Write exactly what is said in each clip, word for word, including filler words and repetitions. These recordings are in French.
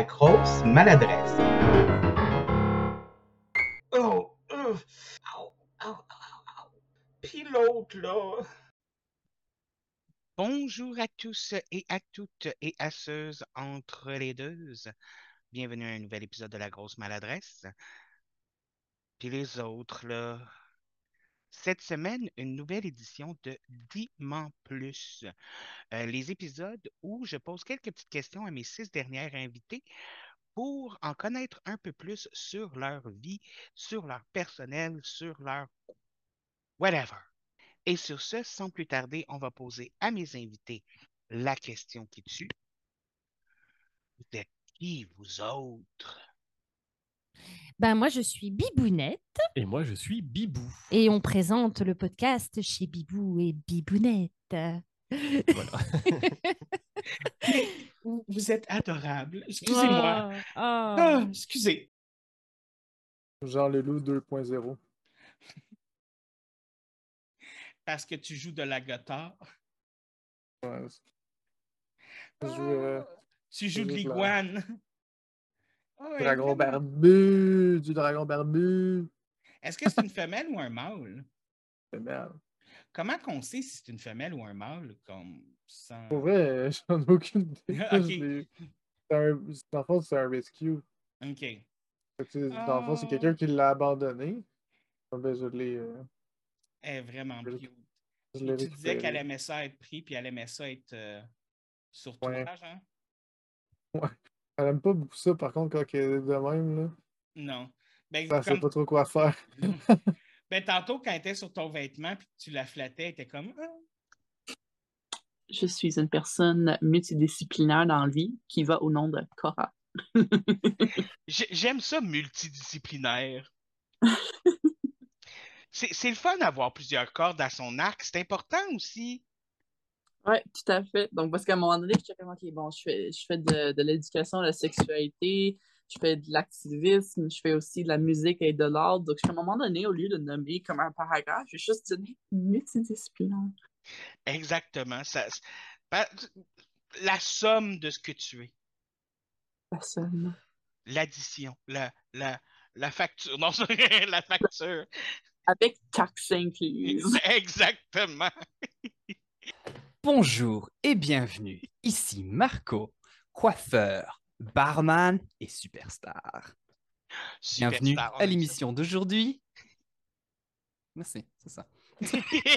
la grosse maladresse. Oh, euh, au, au, au, au. Puis l'autre, là. Bonjour à tous et à toutes et à ceux entre les deux. Bienvenue à un nouvel épisode de La Grosse Maladresse. Puis les autres, là. Cette semaine, une nouvelle édition de Dis-m'en plus. Euh, les épisodes où je pose quelques petites questions à mes six dernières invitées pour en connaître un peu plus sur leur vie, sur leur personnel, sur leur whatever. Et sur ce, sans plus tarder, on va poser à mes invités la question qui tue. Vous êtes qui, vous autres? Ben, moi, je suis Bibounette. Et moi, je suis Bibou. Et on présente le podcast chez Bibou et Bibounette. Voilà. vous, vous êtes adorable. Excusez-moi. Oh, oh. Ah, excusez. Jean Leloup deux point zéro. Parce que tu joues de la guitare. Ouais. Ah, Je joue, euh, tu joues je de joue de la- l'iguane. Ah, ouais, Dragon vraiment. barbu, du dragon barbu. Est-ce que c'est une femelle ou un mâle? C'est merde. Comment qu'on sait si c'est une femelle ou un mâle? Comme sans... Pour vrai, j'en ai aucune idée. Ok. Je l'ai- C'est un... Dans le fond, c'est un rescue. OK. Fait que, tu sais, Ah. Dans le fond, c'est quelqu'un qui l'a abandonné. Ah, Ben, je l'ai euh, Elle est vraiment Je- cute. je l'ai Tu disais qu'elle récupéré. aimait ça être pris, puis elle aimait ça être euh, sur Ouais. toi, genre? Ouais. Elle aime pas beaucoup ça, par contre, quand elle est de même, là. Non. Ben, Ça sait comme... pas trop quoi faire. ben, tantôt, quand elle était sur ton vêtement, puis que tu la flattais, elle était comme... Ah. Je suis une personne multidisciplinaire dans la vie qui va au nom de Cora. J'ai- J'aime ça multidisciplinaire. C'est c'est le fun d'avoir plusieurs cordes à son arc. C'est important aussi. Ouais, tout à fait. Donc, parce qu'à un moment donné, je suis comme, OK, bon, je fais, je fais de, de l'éducation à la sexualité, je fais de l'activisme, je fais aussi de la musique et de l'art. Donc, à un moment donné, au lieu de nommer comme un paragraphe, je vais juste dire multidisciplinaire. Exactement. Ça, ben, la somme de ce que tu es. Personne. L'addition. La, la, la facture. Non, c'est la facture. Avec taxes incluses. Exactement. Bonjour et bienvenue. Ici Marco, coiffeur, barman et superstar. Bienvenue Superstar, on à aime l'émission d'aujourd'hui. Merci, c'est ça. ça.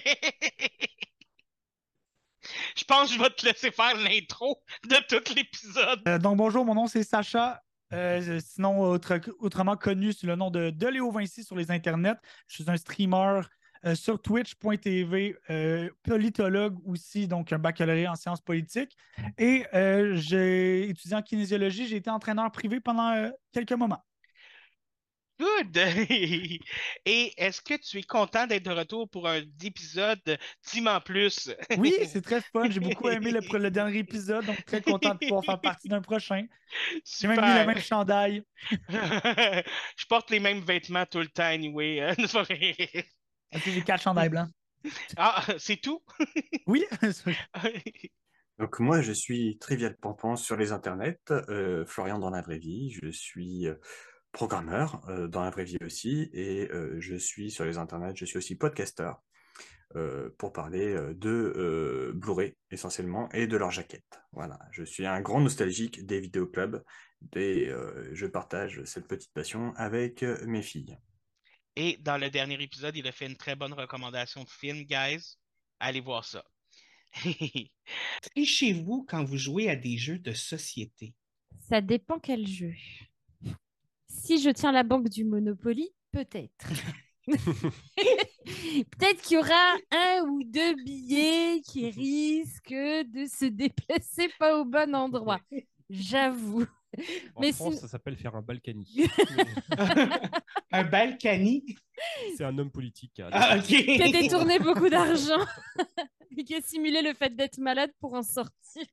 Je pense que je vais te laisser faire l'intro de tout l'épisode. Euh, donc, bonjour, mon nom c'est Sacha. Euh, sinon, autre- autrement connu sous le nom de, de Léo Vinci sur les internets. Je suis un streamer euh, sur twitch point t v, euh, politologue aussi, donc un baccalauréat en sciences politiques. Et euh, j'ai étudié en kinésiologie. J'ai été entraîneur privé pendant euh, quelques moments. Good! Et est-ce que tu es content d'être de retour pour un épisode Dis-m'en plus? Oui, c'est très fun. J'ai beaucoup aimé le, le dernier épisode, donc très content de pouvoir faire partie d'un prochain. J'ai même mis le même chandail. Je porte les mêmes vêtements tout le temps, anyway. J'ai quatre chandails blancs. Ah, c'est tout? Oui. Donc moi, je suis Trivial Pampan sur les internets, euh, Florian dans la vraie vie, je suis euh, programmeur euh, dans la vraie vie aussi, et euh, je suis sur les internets, je suis aussi podcasteur euh, pour parler euh, de euh, Blu-ray essentiellement et de leurs jaquettes. Voilà, je suis un grand nostalgique des vidéoclubs et euh, je partage cette petite passion avec euh, mes filles. Et dans le dernier épisode, il a fait une très bonne recommandation de film, guys. Allez voir ça. Trichez-vous quand vous jouez à des jeux de société? Ça dépend quel jeu. Si je tiens la banque du Monopoly, peut-être. Peut-être qu'il y aura un ou deux billets qui risquent de se déplacer pas au bon endroit. J'avoue. En Mais France, si- ça s'appelle faire un balkany. Un balkany? C'est un homme politique. hein. Ah, OK. Qui a détourné beaucoup d'argent et qui a simulé le fait d'être malade pour en sortir.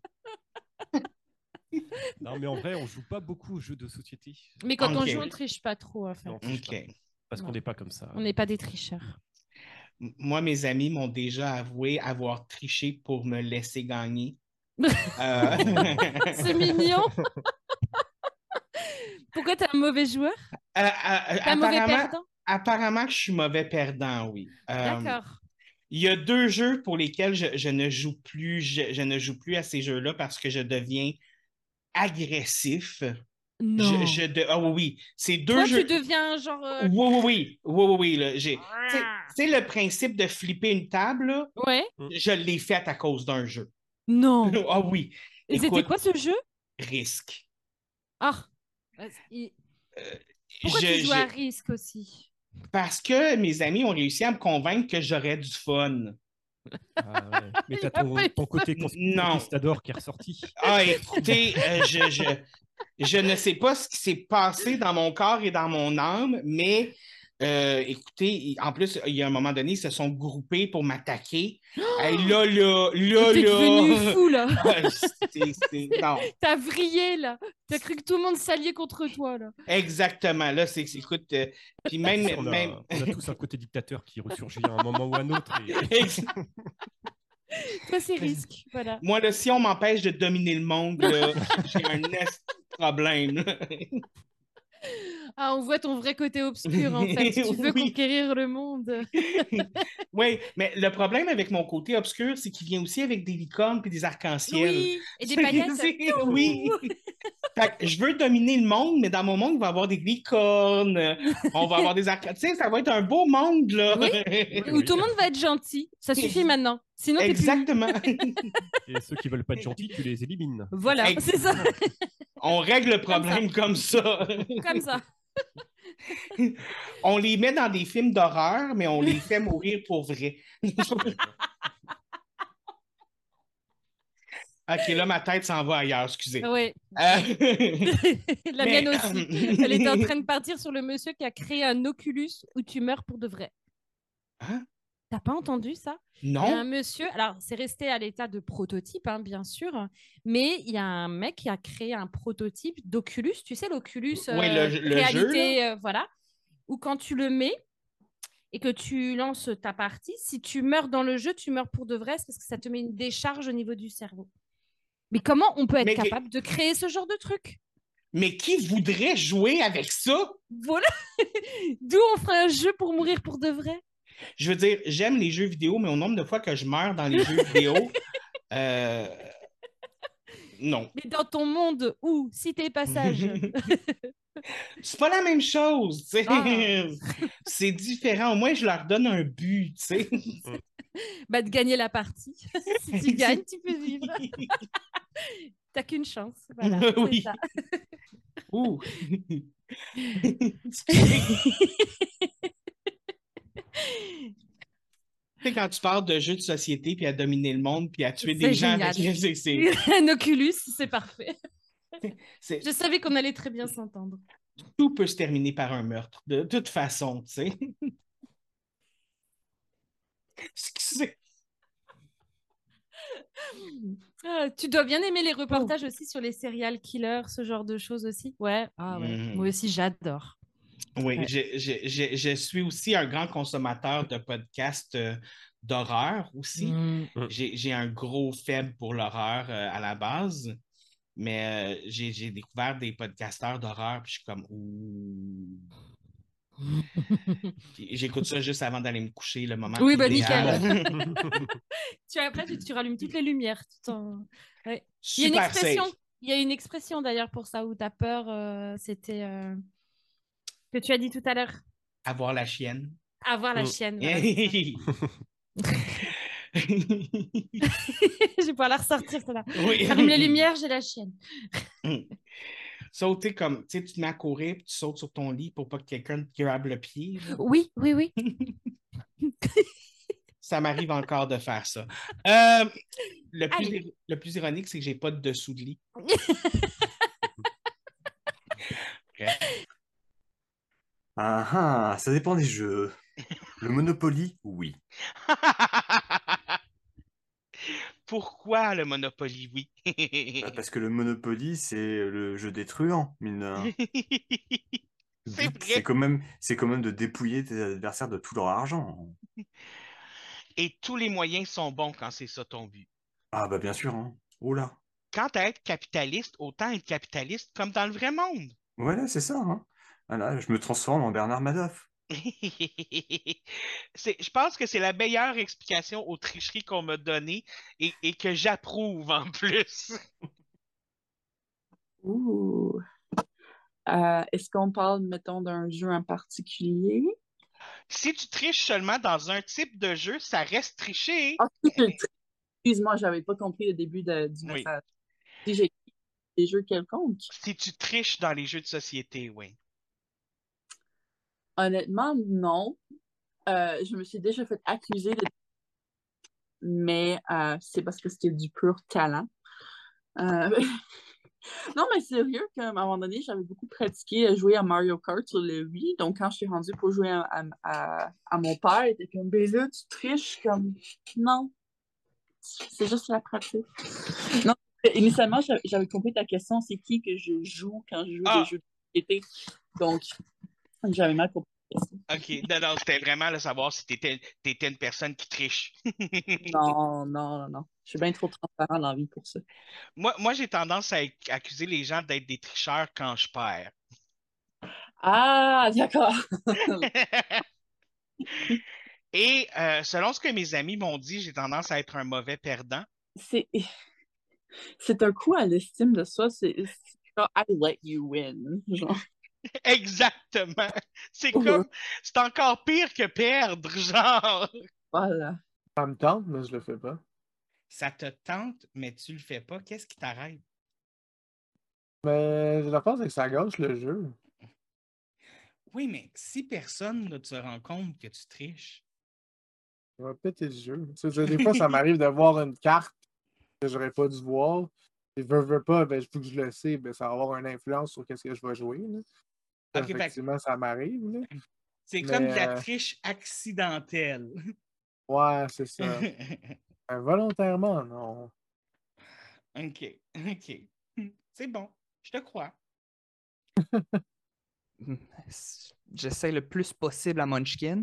Non, mais en vrai, on joue pas beaucoup aux jeux de société. Mais quand on Ok. joue, on triche pas trop. Enfin. Non, on triche OK. pas. Parce qu'on Non. n'est pas comme ça. On n'est pas des tricheurs. M- Moi, mes amis m'ont déjà avoué avoir triché pour me laisser gagner. Euh, C'est mignon. Pourquoi t'es un mauvais joueur? Euh, euh, T'es un mauvais apparemment, perdant? apparemment que je suis mauvais perdant, oui. Euh, D'accord. il y a deux jeux pour lesquels je, je ne joue plus, je, je ne joue plus à ces jeux-là parce que je deviens agressif. Non. Je, je de... Ah oui, oui. C'est deux Toi, jeux. tu deviens genre... euh, Oui, oui, oui. Oui, oui, oui, là, j'ai... Tu sais- tu sais, le principe de flipper une table, là, Ouais. je l'ai fait à cause d'un jeu. Non. Ah oui. Et c'était Écoute, quoi ce jeu? risque. Ah. Et- Euh, Pourquoi je- tu joues je- à risque aussi? Parce que mes amis ont réussi à me convaincre que j'aurais du fun. Ah ouais. Mais Il t'as a ton, pas eu ton côté N- cons- non. conquistador qui est ressorti. Ah, écoutez, euh, je, je, je ne sais pas ce qui s'est passé dans mon corps et dans mon âme, mais euh, écoutez, en plus, il y a un moment donné, ils se sont groupés pour m'attaquer. Hey, là, là, là, T'es devenu là. fou, là. Ah, c'est- c'est- non, T'as vrillé, là. T'as cru que tout le monde s'alliait contre toi, là. exactement. Là, c'est, c'est- écoute, euh, puis même, on, a, même... on a tous un côté dictateur qui ressurgit à un moment ou à un autre. et- Ex- Toi, c'est risque. Voilà. Moi, là, si on m'empêche de dominer le monde, là, j'ai un esti de problème. là. Ah, on voit ton vrai côté obscur, en fait. Tu veux Oui. conquérir le monde. Oui, mais le problème avec mon côté obscur, c'est qu'il vient aussi avec des licornes et des arcs-en-ciel. Oui, et des paillettes. C'est- Oui. Fait que je veux dominer le monde, mais dans mon monde, il va y avoir des licornes, on va avoir des arcs-en-ciel. Ça va être un beau monde, là. Oui. Où tout le monde va être gentil. Ça suffit maintenant. Sinon, t'es plus... Exactement. Et ceux qui veulent pas être gentils, tu les élimines. Voilà, Ex- c'est ça. On règle le problème comme ça. Comme ça. On les met dans des films d'horreur, mais on les fait mourir pour vrai. OK, là, ma tête s'en va ailleurs, excusez. Oui. Euh, La Mais- mienne aussi. Elle était en train de partir sur le monsieur qui a créé un Oculus où tu meurs pour de vrai. Hein? T'as pas entendu ça? Il y a un Non? monsieur, alors c'est resté à l'état de prototype, hein, bien sûr, mais il y a un mec qui a créé un prototype d'Oculus, tu sais, l'Oculus Ouais, euh, le- le réalité, euh, voilà, où quand tu le mets et que tu lances ta partie, si tu meurs dans le jeu, tu meurs pour de vrai, c'est parce que ça te met une décharge au niveau du cerveau. Mais comment on peut être Mais- capable de créer ce genre de truc? Mais qui voudrait jouer avec ça? Voilà. D'où on ferait un jeu pour mourir pour de vrai? Je veux dire, j'aime les jeux vidéo, mais au nombre de fois que je meurs dans les jeux vidéo, euh, non. Mais dans ton monde où, si tes passages, C'est pas la même chose, tu sais. Ah. C'est différent. Au moins, je leur donne un but, tu sais. bah, de gagner la partie. Si tu gagnes, tu peux vivre. T'as qu'une chance. Voilà, c'est Oui. ça. Ouh. Tu sais, quand tu parles de jeux de société, puis à dominer le monde, puis à tuer des C'est gens, génial. avec- c'est- c'est- Un Oculus, c'est parfait. c'est- Je savais qu'on allait très bien s'entendre. tout peut se terminer par un meurtre, de toute façon, tu sais. Excusez. Ah, tu dois bien aimer les reportages aussi sur les serial killers, ce genre de choses aussi. Ouais, ah ouais. Mhm. Moi aussi, j'adore. Oui, Ouais. je, je- je- je suis aussi un grand consommateur de podcasts euh, d'horreur aussi. Mm. J'ai, j'ai un gros faible pour l'horreur euh, à la base, mais euh, j'ai, j'ai découvert des podcasteurs d'horreur, puis je suis comme ouh. Puis j'écoute ça juste avant d'aller me coucher, le moment Oui, bah, idéal. Tu après, tu, tu rallumes toutes les lumières. Tout en... ouais. Il y a une Super expression. safe. Il y a une expression d'ailleurs pour ça où tu as peur. euh, C'était euh, que tu as dit tout à l'heure. Avoir la chienne. Avoir la Mm. chienne. voilà, c'est ça. Je vais pouvoir la ressortir, celle-là. Oui. J'allume les lumières, j'ai la chienne. Sauter comme, tu sais, tu te mets à courir, puis tu sautes sur ton lit pour pas que quelqu'un te grabe le pied. là. Oui, oui, oui. Ça m'arrive encore de faire ça. Euh, le, plus, Allez. ir- le plus ironique, c'est que j'ai pas de dessous de lit. Bref. Ah ah, ça dépend des jeux. Le Monopoly, oui. Pourquoi le Monopoly, oui? Bah, parce que le Monopoly, c'est le jeu des truands, mine de rien. C'est C'est vrai. quand même, c'est quand même de dépouiller tes adversaires de tout leur argent. Et tous les moyens sont bons quand c'est ça ton but. Ah bah bien sûr, hein. Oh là. Quant à être capitaliste, autant être capitaliste comme dans le vrai monde. Voilà, c'est ça, hein. Voilà, je me transforme en Bernard Madoff. C'est- Je pense que c'est la meilleure explication aux tricheries qu'on m'a données et, et que j'approuve en plus. Ouh. Euh, est-ce qu'on parle, mettons, d'un jeu en particulier? Si tu triches seulement dans un type de jeu, ça reste tricher. Ah, si je tri- excuse-moi, j'avais pas compris le début de- du Oui. message. Si j'ai des jeux quelconques, Si tu triches dans les jeux de société, oui. honnêtement, non. Euh, je me suis déjà fait accuser de... Mais euh, c'est parce que c'était du pur talent. Euh, Non, mais sérieux, qu'à un moment donné, j'avais beaucoup pratiqué à jouer à Mario Kart sur le Wii. Donc, quand je suis rendue pour jouer à, à, à- à mon père, il était comme, ben là, tu triches comme. Non, c'est juste la pratique. Non, initialement, j'avais j'avais compris ta question, c'est qui que je joue quand je joue des Ah, jeux de société. Donc, j'avais mal compris la question. ok. Non, non, c'était vraiment le savoir si t'étais, t'étais une personne qui triche. Non, non, non, non. Je suis bien trop transparent dans la vie pour ça. Moi, moi j'ai tendance à ac- accuser les gens d'être des tricheurs quand je perds. Ah, d'accord. Et euh, selon ce que mes amis m'ont dit, j'ai tendance à être un mauvais perdant. C'est c'est un coup à l'estime de soi. C'est c'est genre, I let you win. Genre. Exactement. C'est Ouais. comme, c'est encore pire que perdre, genre. Voilà. Ça me tente, mais je le fais pas. Ça te tente, mais tu le fais pas. Qu'est-ce qui t'arrête? Mais la pense c'est que ça gâche le jeu. Oui, mais si personne ne se rend compte que tu triches, Ça va péter le jeu. Tu sais, des fois, ça m'arrive de voir une carte que j'aurais pas dû voir. Et veux, veux pas, ben, vu que je le sais, ben, ça va avoir une influence sur ce que je vais jouer. Là. Ça, Ok, fait que effectivement, ça m'arrive. là. c'est Mais, comme de la euh, triche accidentelle. Ouais, c'est ça. Ben, volontairement, non. OK, OK. C'est bon, je te crois. J'essaie le plus possible à Munchkin.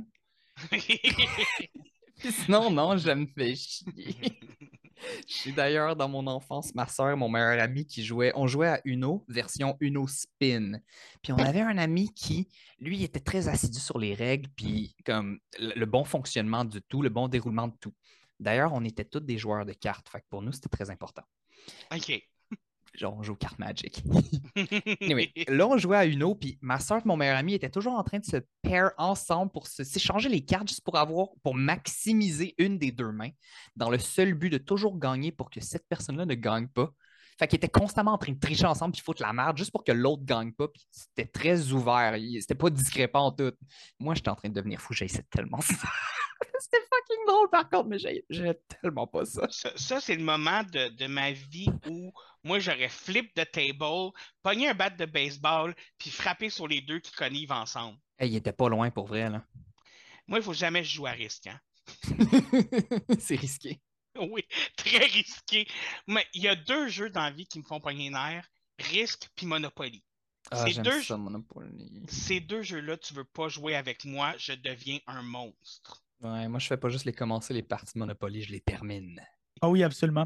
Puis sinon, non, je me fais chier. J'ai d'ailleurs dans mon enfance ma soeur et mon meilleur ami qui jouaient. On jouait à Uno, version Uno Spin. Puis on avait un ami qui, lui, était très assidu sur les règles, puis comme le, le bon fonctionnement du tout, le bon déroulement de tout. D'ailleurs, on était tous des joueurs de cartes. Fait que pour nous, c'était très important. OK. Genre, on joue aux cartes Magic. Anyway, là, on jouait à Uno, puis ma soeur et mon meilleur ami étaient toujours en train de se pair ensemble pour se- s'échanger les cartes juste pour avoir, pour maximiser une des deux mains, dans le seul but de toujours gagner pour que cette personne-là ne gagne pas. Fait qu'ils étaient constamment en train de tricher ensemble puis foutre la merde juste pour que l'autre gagne pas. Puis c'était très ouvert. Il- C'était pas discrépant en tout. Moi, j'étais en train de devenir fou. J'haïssais tellement ça. C'était fucking drôle par contre, mais j'ai j'ai tellement pas ça. Ça, ça, c'est le moment de, de ma vie où moi, j'aurais flip de table, pogné un bat de baseball, puis frappé sur les deux qui connivent ensemble. Hey, il était pas loin pour vrai, là. Moi, il faut jamais que je joue à risque, hein? C'est risqué. Oui, très risqué. Mais il y a deux jeux dans la vie qui me font pogner les nerfs, Risque puis Monopoly. Ah, Ces j'aime deux, ça, Monopoly. ces deux jeux-là, tu veux pas jouer avec moi, je deviens un monstre. Ouais, moi, je fais pas juste les commencer, les parties Monopoly, je les termine. Ah oui, absolument.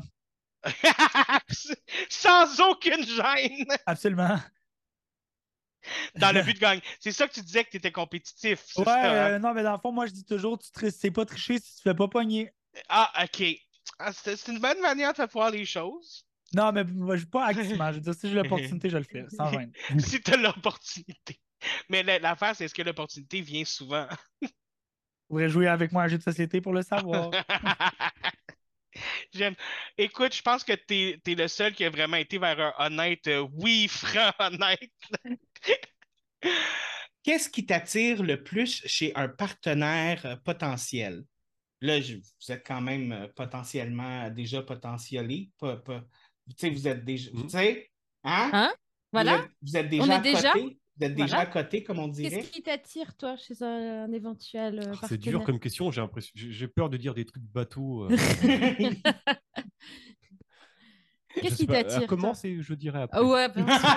Sans aucune gêne! Absolument. Dans le but de gagner. C'est ça que tu disais que tu étais compétitif, c'est Ouais, ça, hein? euh, non, mais dans le fond, moi, je dis toujours, tu ne sais pas tricher si tu fais pas pogner. Ah, OK. Ah, c'est c'est une bonne manière de voir les choses. Non, mais moi, je pas activement. Je veux dire, si j'ai l'opportunité, je le fais, sans gêne. Si tu as l'opportunité. Mais la- l'affaire, c'est est-ce que l'opportunité vient souvent? Vous pourrez jouer avec moi à un jeu de société pour le savoir. J'aime. Écoute, je pense que tu es le seul qui a vraiment été vers un honnête, euh, oui, franc honnête. Qu'est-ce qui t'attire le plus chez un partenaire euh, potentiel? Là, je- vous êtes quand même euh, potentiellement déjà potentielé. Pas, pas- tu sais, vous êtes déjà. Tu sais, hein? Hein? Voilà. Vous êtes, vous êtes On déjà est à déjà? côté. Vous êtes déjà Voilà. à côté, comme on dirait. Qu'est-ce qui t'attire, toi, chez un, un éventuel euh, Ah, partenaire? c'est dur comme question, j'ai l'impression. J'ai j'ai peur de dire des trucs bateaux. euh. Je Qu'est-ce sais qui pas, t'attire, euh, Comment toi? c'est, je dirais après. Ah ouais, bien sûr.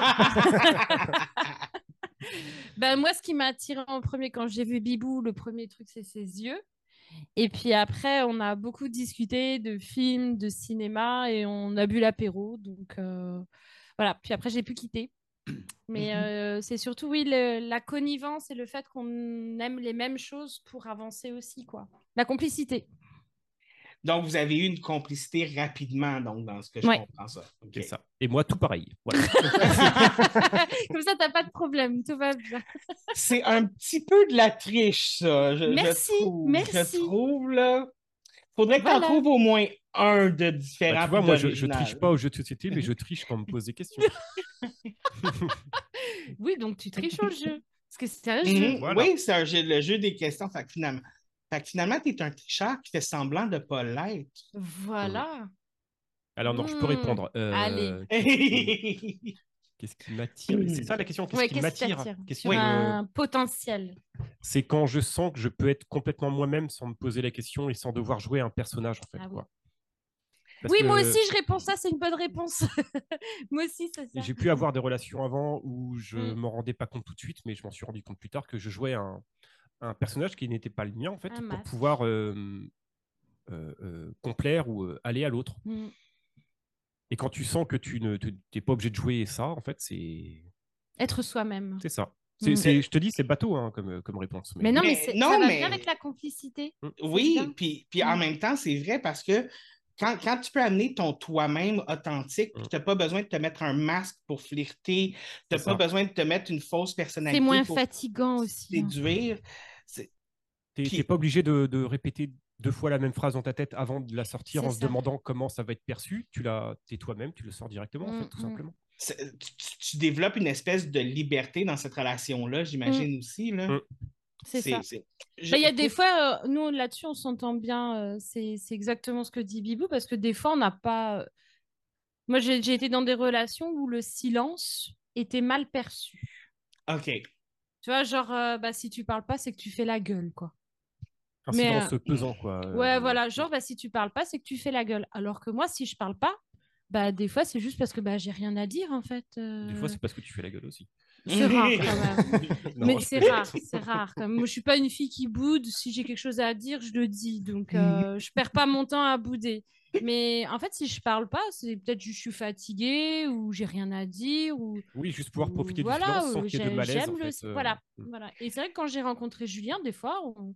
Ben, moi, ce qui m'a attiré en premier quand j'ai vu Bibou, le premier truc, c'est ses yeux. Et puis après, on a beaucoup discuté de films, de cinéma et on a bu l'apéro. Donc euh, voilà. Puis après, j'ai pu quitter. Mais euh, c'est surtout, oui, le- la connivence et le fait qu'on aime les mêmes choses pour avancer aussi, quoi. La complicité. Donc, vous avez eu une complicité rapidement, donc, dans ce que je Ouais. comprends ça. OK. C'est ça. Et moi, tout pareil. Voilà. Comme ça, t'as pas de problème, tout va bien. C'est un petit peu de la triche, ça. Je, Merci, je trouve, merci. Je trouve, là. Faudrait que Voilà. t'en trouves au moins un de Bah, différent. tu vois, puis moi, je, je d'original. triche pas aux jeux de société, mais je triche quand on me pose des questions. Oui, donc tu triches au jeu. Parce que c'est un Mhm. jeu. Voilà. Oui, c'est un jeu, le jeu des questions. Fait que finalement, fait que finalement, t'es un tricheur qui fait semblant de pas l'être. Voilà. Alors, non, je peux Mmh. répondre. Euh, Allez. Qu'est-ce qui, qu'est-ce qui m'attire? C'est ça la question. Qu'est-ce Ouais, qui qu'est-ce qui m'attire? t'attire Qu'est-ce sur qui me- un potentiel? C'est quand je sens que je peux être complètement moi-même sans me poser la question et sans devoir jouer un personnage, en fait. Ah oui. Quoi. Parce Oui, que moi aussi, je réponds ça, c'est une bonne réponse. Moi aussi, c'est ça. j'ai pu avoir des relations avant où je Mm. m'en rendais pas compte tout de suite, mais je m'en suis rendu compte plus tard que je jouais un, un personnage qui n'était pas le mien, en fait, Un pour masque. pouvoir euh, euh, euh, complaire ou euh, aller à l'autre. Mm. Et quand tu sens que tu ne t'es pas obligé de jouer ça, en fait, c'est Être soi-même. c'est ça. C'est, Mm. c'est- je te dis, c'est bateau hein, comme, comme réponse. Mais non, mais, Mais c'est- non, ça va mais- bien avec la complicité. Mm. C'est Oui, bien. puis, puis en Mm. même temps, c'est vrai parce que quand, quand tu peux amener ton toi-même authentique, Mm. tu n'as pas besoin de te mettre un masque pour flirter, tu n'as C'est pas ça. besoin de te mettre une fausse personnalité C'est moins pour fatigant aussi. hein. séduire. C'est- T'es Puis- t'es pas obligé de, de répéter deux fois la même phrase dans ta tête avant de la sortir C'est en se ça. demandant comment ça va être perçu. Tu la, t'es toi-même, tu le sors directement, en Mm, fait, tout mm. simplement. c'est- tu, tu- tu développes une espèce de liberté dans cette relation-là, j'imagine aussi. Là. Mm. C'est ça. c'est- je Bah, il y a des trouve- fois, euh, nous là-dessus, on s'entend bien. euh, c'est c'est exactement ce que dit Bibou, parce que des fois, on n'a pas. Moi, j'ai j'ai été dans des relations où le silence était mal perçu. OK. Tu vois, genre, euh, bah, si tu parles pas, c'est que tu fais la gueule, quoi. Un Mais, silence euh, pesant, quoi. Ouais, Euh, voilà, genre, bah, si tu parles pas, c'est que tu fais la gueule. Alors que moi, si je parle pas, bah, des fois, c'est juste parce que bah, j'ai rien à dire, en fait. euh. Des fois, c'est parce que tu fais la gueule aussi. C'est rare, quand même. Non, Mais je c'est plaisante. rare, c'est rare. Quand même. Moi, je suis pas une fille qui boude. Si j'ai quelque chose à dire, je le dis. Donc, euh, je perds pas mon temps à bouder. Mais en fait, si je parle pas, c'est peut-être juste je suis fatiguée ou j'ai rien à dire ou Oui, juste pouvoir ou profiter voilà, du silence sans ou qu'il y ait de j'ai- malaise. j'aime En le fait, euh, voilà, mm. voilà. Et c'est vrai que quand j'ai rencontré Julien, des fois, on,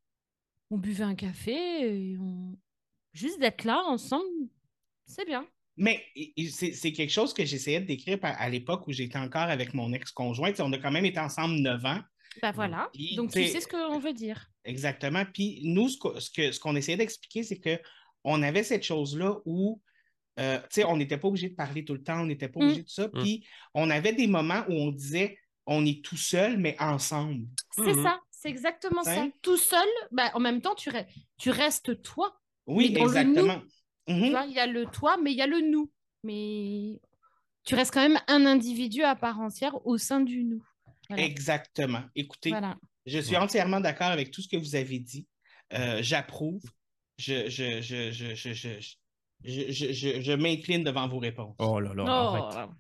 on buvait un café et on juste d'être là ensemble, c'est bien. Mais i- i- c'est c'est quelque chose que j'essayais de décrire par- à l'époque où j'étais encore avec mon ex-conjoint. Tu sais, on a quand même été ensemble neuf ans. Bah voilà. Puis, Donc tu tu sais, sais ce qu'on veut dire. Exactement. Puis nous, ce qu'on ce que, ce qu'on essayait d'expliquer, c'est qu'on avait cette chose-là où, euh, tu sais, on n'était pas obligé de parler tout le temps, on n'était pas Mm. obligé de ça. Mm. Puis on avait des moments où on disait, on est tout seul, mais ensemble. C'est Mhm. ça, c'est exactement ça. Hein? Tout seul, bah, en même temps, tu, re- tu restes toi. Oui, Mais dans le exactement. Tu Mhm. vois, il y a le toi, mais il y a le nous. Mais tu restes quand même un individu à part entière au sein du nous. Voilà. Exactement. Écoutez, Voilà. je suis Ouais. entièrement d'accord avec tout ce que vous avez dit. Euh, J'approuve. Je, je, je, je, je, je, je, je, je- je m'incline devant vos réponses. Oh là là, Oh. arrête.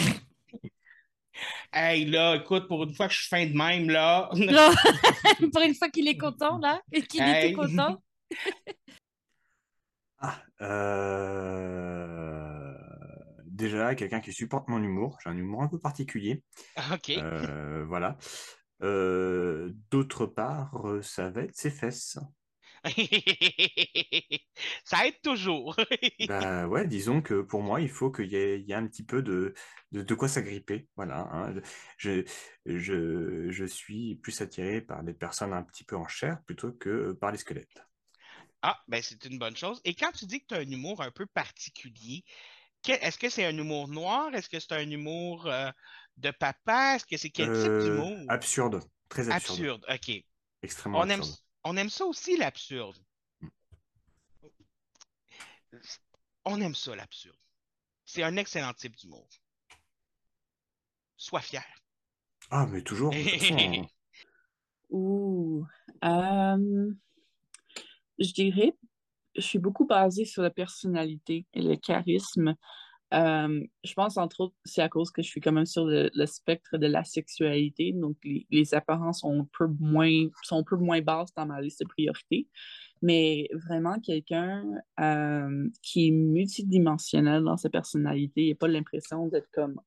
Hey, là, écoute, pour une fois que je suis fin de même, là. Non. Pour une fois qu'il est content, là, et qu'il est Hey. tout content. Ah, euh, déjà, quelqu'un qui supporte mon humour. J'ai un humour un peu particulier. OK. Euh, voilà. Euh, d'autre part, euh, ça va être ses fesses. Ça aide toujours. Bah ouais, disons que pour moi, il faut qu'il y ait, il y ait un petit peu de, de, de quoi s'agripper. Voilà, hein. Je, je, je suis plus attiré par des personnes un petit peu en chair plutôt que par les squelettes. Ah, ben c'est une bonne chose. Et quand tu dis que tu as un humour un peu particulier, que- est-ce que c'est un humour noir? Est-ce que c'est un humour euh, de papa? Est-ce que c'est quel type Euh, d'humour? absurde, très absurde, Absurde, OK. extrêmement On aime, absurde. on aime ça aussi, l'absurde. On aime ça, l'absurde. C'est un excellent type d'humour. Sois fier. Ah, mais toujours, de toute façon, hein. Ouh. Euh, je dirais, je suis beaucoup basée sur la personnalité et le charisme. Euh, je pense, entre autres, c'est à cause que je suis quand même sur le, le spectre de la sexualité, donc les, les apparences sont un peu moins, sont un peu moins basses dans ma liste de priorités. Mais vraiment, quelqu'un euh, qui est multidimensionnel dans sa personnalité, il n'a pas l'impression d'être comme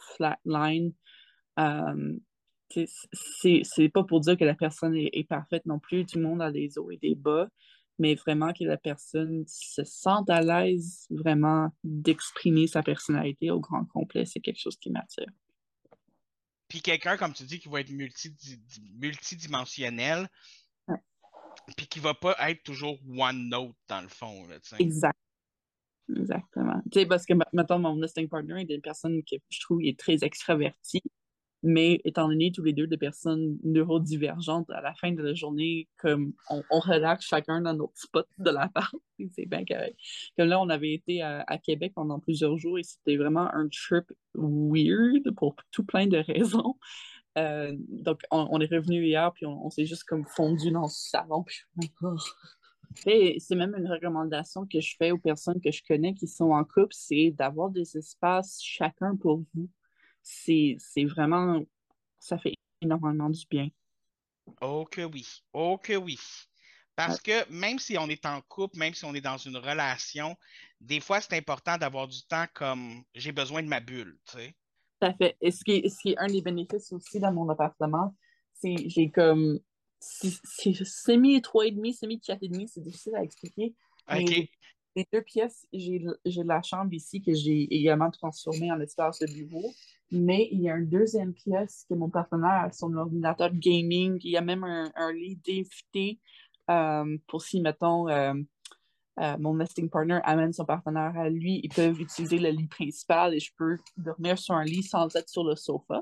flatline. Euh, c'est, c'est pas pour dire que la personne est, est parfaite non plus. Tout le monde a des hauts et des bas, mais vraiment que la personne se sente à l'aise vraiment d'exprimer sa personnalité au grand complet, c'est quelque chose qui m'attire. Puis quelqu'un, comme tu dis, qui va être multi- multidimensionnel, ouais. Puis qui va pas être toujours one note dans le fond. Là, exact. Exactement. Tu sais, parce que, mettons, mon nesting partner est une personne que je trouve est très extravertie, mais étant donné tous les deux des personnes neurodivergentes, à la fin de la journée, comme on, on relaxe chacun dans notre spot de la part. C'est bien correct. Comme là, on avait été à, à Québec pendant plusieurs jours et c'était vraiment un trip weird pour tout plein de raisons. Euh, donc, on, on est revenu hier, puis on, on s'est juste comme fondu dans ce salon. Puis, oh. Et c'est même une recommandation que je fais aux personnes que je connais qui sont en couple, c'est d'avoir des espaces chacun pour vous. C'est, c'est vraiment, ça fait énormément du bien. Oh que oui, oh que oui. Parce que même si on est en couple, même si on est dans une relation, des fois, c'est important d'avoir du temps comme j'ai besoin de ma bulle, tu sais. Tout à fait. Et ce qui est, ce qui est un des bénéfices aussi dans mon appartement, c'est j'ai comme c'est semi trois et demi, semi quatre et demi, c'est difficile à expliquer. Mais OK. les, les deux pièces, j'ai j'ai la chambre ici que j'ai également transformée en espace de bureau. Mais il y a une deuxième pièce que mon partenaire a son ordinateur gaming. Il y a même un, un lit défité euh, pour si, mettons, euh, euh, mon nesting partner amène son partenaire à lui. Ils peuvent utiliser le lit principal et je peux dormir sur un lit sans être sur le sofa.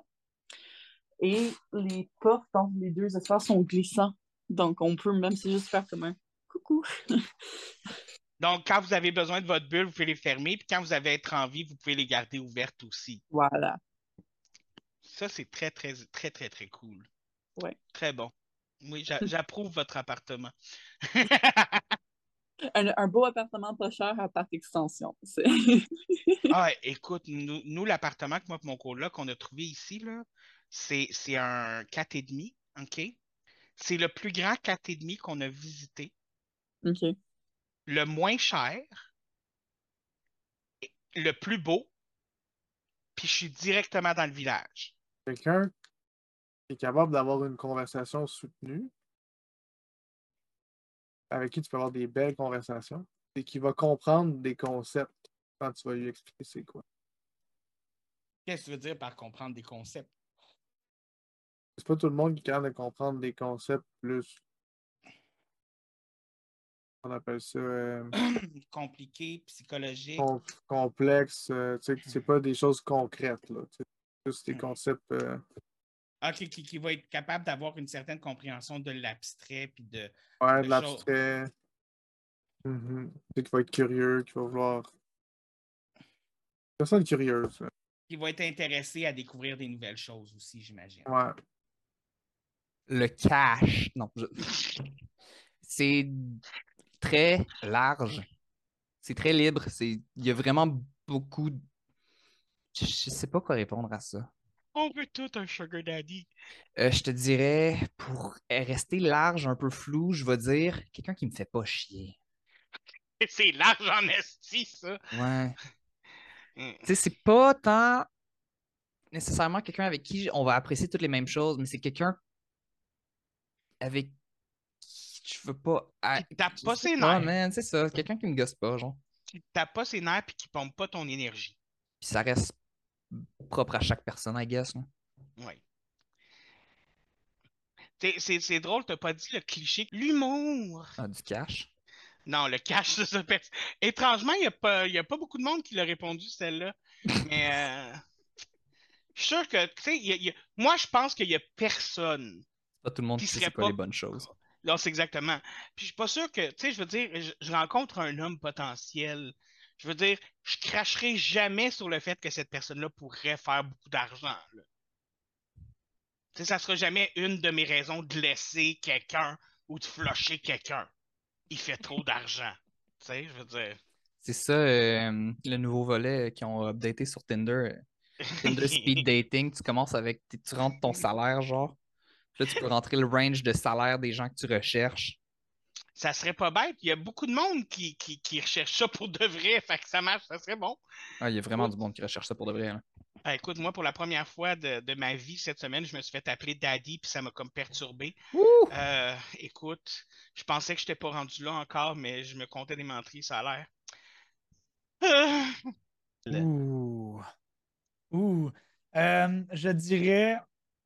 Et les portes entre les deux espaces sont glissants. Donc, on peut même c'est juste faire comme un coucou. Donc, quand vous avez besoin de votre bulle, vous pouvez les fermer. Puis quand vous avez être en vie, vous pouvez les garder ouvertes aussi. Voilà. Ça, c'est très, très, très, très, très cool. Ouais. Très bon. Oui, j'approuve votre appartement. un, un beau appartement pas cher à part extension. ah, écoute, nous, nous l'appartement que moi et mon coloc qu'on a trouvé ici, là, c'est, c'est un quatre et demi, OK? C'est le plus grand quatre et demi qu'on a visité. OK. Le moins cher, le plus beau, puis je suis directement dans le village. Quelqu'un qui est capable d'avoir une conversation soutenue, avec qui tu peux avoir des belles conversations, et qui va comprendre des concepts quand tu vas lui expliquer c'est quoi. Qu'est-ce que tu veux dire par comprendre des concepts? C'est pas tout le monde qui est capable de comprendre des concepts plus... On appelle ça... Euh, compliqué, psychologique. Com complexe. Euh, tu sais, c'est pas des choses concrètes, là. C'est juste des concepts... Euh... Ah, qui, qui, qui va être capable d'avoir une certaine compréhension de l'abstrait puis de... Ouais, de, de l'abstrait. Mm-hmm. Tu sais, qui va être curieux, qui va vouloir... Personne curieuse. Là. Qui va être intéressé à découvrir des nouvelles choses aussi, j'imagine. Ouais. Le cash. Non, je... c'est très large. C'est très libre. C'est... Il y a vraiment beaucoup... De... Je sais pas quoi répondre à ça. On veut tout un sugar daddy. Euh, je te dirais, pour rester large, un peu flou, je vais dire quelqu'un qui me fait pas chier. C'est large en esti, ça. Ouais. Tu sais, c'est pas tant nécessairement quelqu'un avec qui on va apprécier toutes les mêmes choses, mais c'est quelqu'un avec qui je veux pas... Qui tape pas ses pas, nerfs. man, c'est ça. Quelqu'un qui me gosse pas, genre. Qui tape pas ses nerfs puis qui pompe pas ton énergie. Puis ça reste propre à chaque personne, I guess. Là. Oui. C'est, c'est drôle, t'as pas dit le cliché. L'humour. Ah, du cash. Non, le cash de ce pet. Étrangement, il n'y a, pas, y a pas beaucoup de monde qui l'a répondu, celle-là. Mais euh, je suis sûr que, tu sais, y a, y a... moi, je pense qu'il n'y a personne. C'est pas tout le monde qui, qui sait c'est quoi pas... les bonnes choses. Non, c'est exactement. Puis je suis pas sûr que, tu sais, je veux dire, je, je rencontre un homme potentiel. Je veux dire, je cracherai jamais sur le fait que cette personne-là pourrait faire beaucoup d'argent. Tu sais, ça sera jamais une de mes raisons de laisser quelqu'un ou de flusher quelqu'un. Il fait trop d'argent. Tu sais, je veux dire. C'est ça, euh, le nouveau volet qu'ils ont updaté sur Tinder. Tinder Speed Dating, tu commences avec, tu rentres ton salaire, genre. Puis là, tu peux rentrer le range de salaire des gens que tu recherches. Ça serait pas bête. Il y a beaucoup de monde qui, qui, qui recherche ça pour de vrai. Fait que ça marche, ça serait bon. Ah, il y a vraiment oh. du monde qui recherche ça pour de vrai. Là. Ah, écoute, moi, pour la première fois de, de ma vie cette semaine, je me suis fait appeler Daddy, puis ça m'a comme perturbé. Euh, écoute, je pensais que je n'étais pas rendu là encore, mais je me comptais des menteries, ça a l'air. Ah! Le- Ouh. Ouh. Euh, je dirais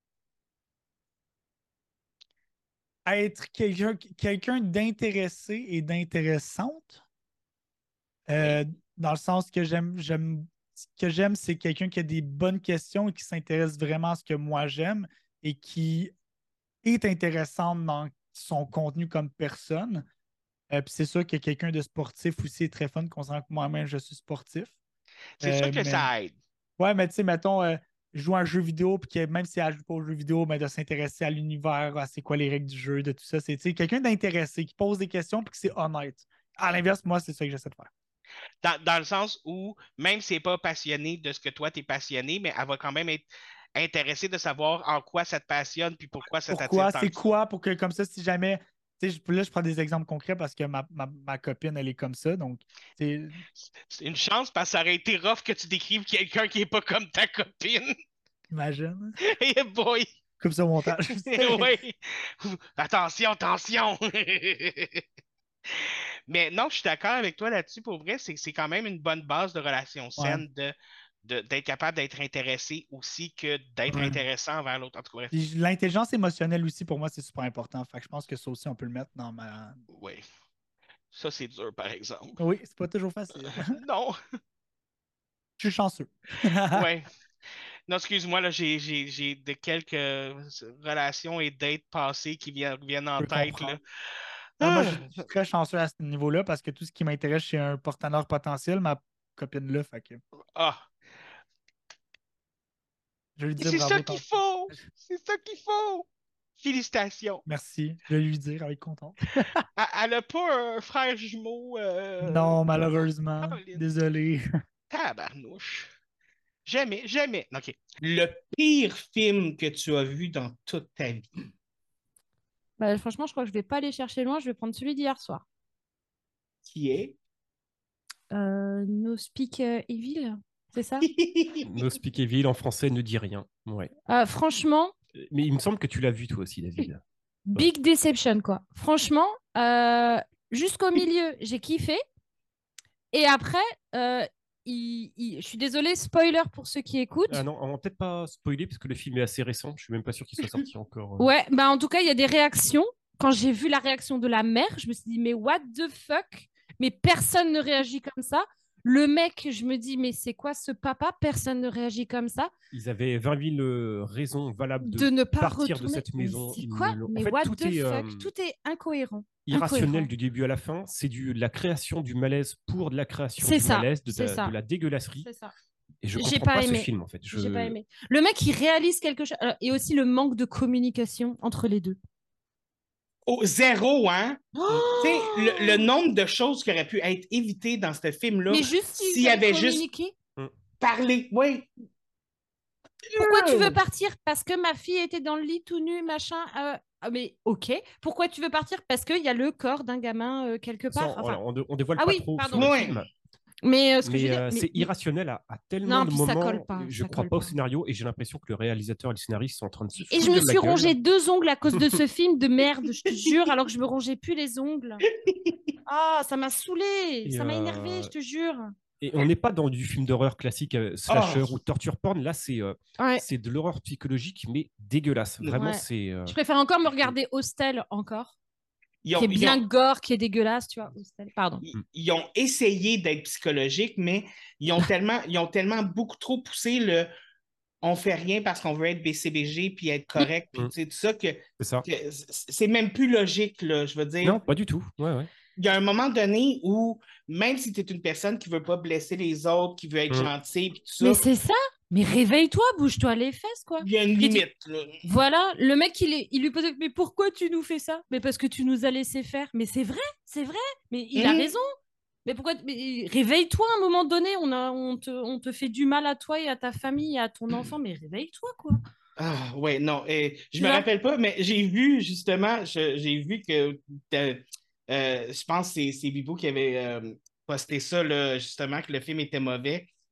être quelqu'un quelqu'un d'intéressé et d'intéressante. Euh, Dans le sens que j'aime, j'aime, ce que j'aime, c'est quelqu'un qui a des bonnes questions et qui s'intéresse vraiment à ce que moi j'aime et qui est intéressante dans son contenu comme personne. Euh, puis c'est sûr que quelqu'un de sportif aussi est très fun, considérant que moi-même je suis sportif. C'est sûr Euh, que mais ça aide. ouais, mais tu sais, mettons, euh, jouer à un jeu vidéo, puis que même si elle joue pas au jeu vidéo, mais de s'intéresser à l'univers, à c'est quoi les règles du jeu, de tout ça. C'est tu sais, quelqu'un d'intéressé qui pose des questions puis que c'est honnête. À l'inverse, moi, c'est ça que j'essaie de faire. Dans, dans le sens où, même si elle n'est pas passionnée de ce que toi, tu es passionné, mais elle va quand même être intéressée de savoir en quoi ça te passionne puis pourquoi ça t'attire Pourquoi? tant C'est que ça. quoi? Pour que, comme ça, si jamais. Tu sais, je- là, je prends des exemples concrets parce que ma, ma, ma copine, elle est comme ça. Donc, c'est. C'est une chance parce que ça aurait été rough que tu décrives quelqu'un qui n'est pas comme ta copine. Imagine. Hey boy! Comme ça au montage. Oui! Attention, attention! Mais non, je suis d'accord avec toi là-dessus. Pour vrai, c'est c'est quand même une bonne base de relation Ouais. saine de, de- d'être capable d'être intéressé aussi que d'être Ouais. intéressant envers l'autre. En tout cas, bref. Puis l'intelligence émotionnelle aussi, pour moi, c'est super important. Fait que je pense que ça aussi, on peut le mettre dans ma. Oui. Ça, c'est dur, par exemple. Oui, c'est pas toujours facile. Non. Je suis chanceux. Ouais. Non, excuse-moi, là, j'ai, j'ai, j'ai de quelques relations et dates passées qui viennent, viennent en Je peux tête, là. comprendre. Ah, moi, je Ah! suis très chanceux à ce niveau-là parce que tout ce qui m'intéresse chez un porte-honneur potentiel, ma copine là, fait que Ah! je lui Et dis c'est ça bravo qu'il tantôt. faut! C'est ça qu'il faut! Félicitations! Merci, je vais lui dire, elle va être contente. Elle- Elle n'a pas un frère jumeau. Euh... Non, malheureusement. Caroline. Désolé. Tabarnouche. Jamais, jamais. OK. Le pire film que tu as vu dans toute ta vie. Bah, franchement, je crois que je vais pas aller chercher loin. Je vais prendre celui d'hier soir. Qui est? Euh, No Speak euh, Evil, c'est ça? No Speak Evil en français ne dit rien. Ouais. Euh, franchement, Mais il me semble que tu l'as vu toi aussi, David. big deception, quoi. Franchement, euh, jusqu'au milieu, j'ai kiffé. Et après, euh, il- il- je suis désolée, spoiler pour ceux qui écoutent. Ah non, on va peut-être pas spoiler parce que le film est assez récent. Je suis même pas sûr qu'il soit sorti encore. euh. Ouais, bah en tout cas, il y a des réactions. Quand j'ai vu la réaction de la mère, je me suis dit, mais what the fuck? Mais personne ne réagit comme ça. Le mec, je me dis, mais c'est quoi ce papa? Personne ne réagit comme ça. Ils avaient vingt mille euh, raisons valables de, De ne pas partir retourner. de cette Mais maison. c'est Ils quoi? ne l'ont- Mais en fait, what tout the est fuck? euh, Tout est incohérent. irrationnel Incohérent. du début à la fin. C'est du de la création du malaise pour de la création C'est du ça, malaise, de, c'est la, ça. de la dégueulasserie. C'est ça. Et je J'ai comprends pas pas, aimé. ce film en fait. Je... J'ai pas aimé. Le mec, il réalise quelque chose. euh, Et aussi le manque de communication entre les deux. Oh, zéro, hein? Oh Tu sais, le, le nombre de choses qui auraient pu être évitées dans ce film-là, Mais juste s'ils s'il y avaient avait juste communiqué. parlé. Oui. Pourquoi tu veux partir? Parce que ma fille était dans le lit tout nu, machin. euh, ah, mais ok. Pourquoi tu veux partir? Parce qu'il y a le corps d'un gamin euh, quelque Ça, part. on, Enfin, on, on dévoile Ah pas oui, trop pardon. sur le Ouais. film. mais euh, ce que je Mais veux dire, euh, mais- c'est mais- irrationnel à, à tellement Non, de puis ça moments. colle pas, Je ça crois colle pas au pas. scénario et j'ai l'impression que le réalisateur et le scénariste sont en train de se Et foutre je me de ma suis gueule. rongé deux ongles à cause de ce film de merde, je te jure, alors que je me rongeais plus les ongles. Ah, ça m'a saoulé, Et, ça m'a euh, énervé, je te jure. Et on n'est pas dans du film d'horreur classique, euh, slasher Oh. ou torture porn. Là, c'est euh, Ouais. c'est de l'horreur psychologique, mais dégueulasse. Vraiment, Ouais. c'est. euh, Je préfère encore me regarder Hostel encore, Ils ont, qui est ils bien ont- gore, qui est dégueulasse, tu vois. Hostel, pardon. ils- ils ont essayé d'être psychologiques, mais ils ont tellement, ils ont tellement beaucoup trop poussé le on fait rien parce qu'on veut être B C B G puis être correct, puis Mm. tu sais, tout ça, que, C'est ça. que c'est même plus logique, là. Je veux dire, Non, pas du tout. Ouais, ouais. il y a un moment donné où, même si tu es une personne qui veut pas blesser les autres, qui veut être Mm. gentille, puis tout Mais ça, c'est ça. Mais réveille-toi, bouge-toi les fesses, quoi. il y a une Mais tu- limite, là. Voilà, le mec, il, est, il lui posait, mais pourquoi tu nous fais ça? Mais parce que tu nous as laissé faire. Mais c'est vrai, c'est vrai. Mais il a Mhm. raison. Mais pourquoi? Mais réveille-toi à un moment donné. On, a, on, te, on te fait du mal à toi et à ta famille et à ton enfant. Mais réveille-toi, quoi. Ah, ouais, non. eh, je Tu me vois? rappelle pas, mais j'ai vu, justement, je- j'ai vu que, euh, euh, je pense que c'est c'est Bibou qui avait euh, posté ça, là, justement, que le film était mauvais.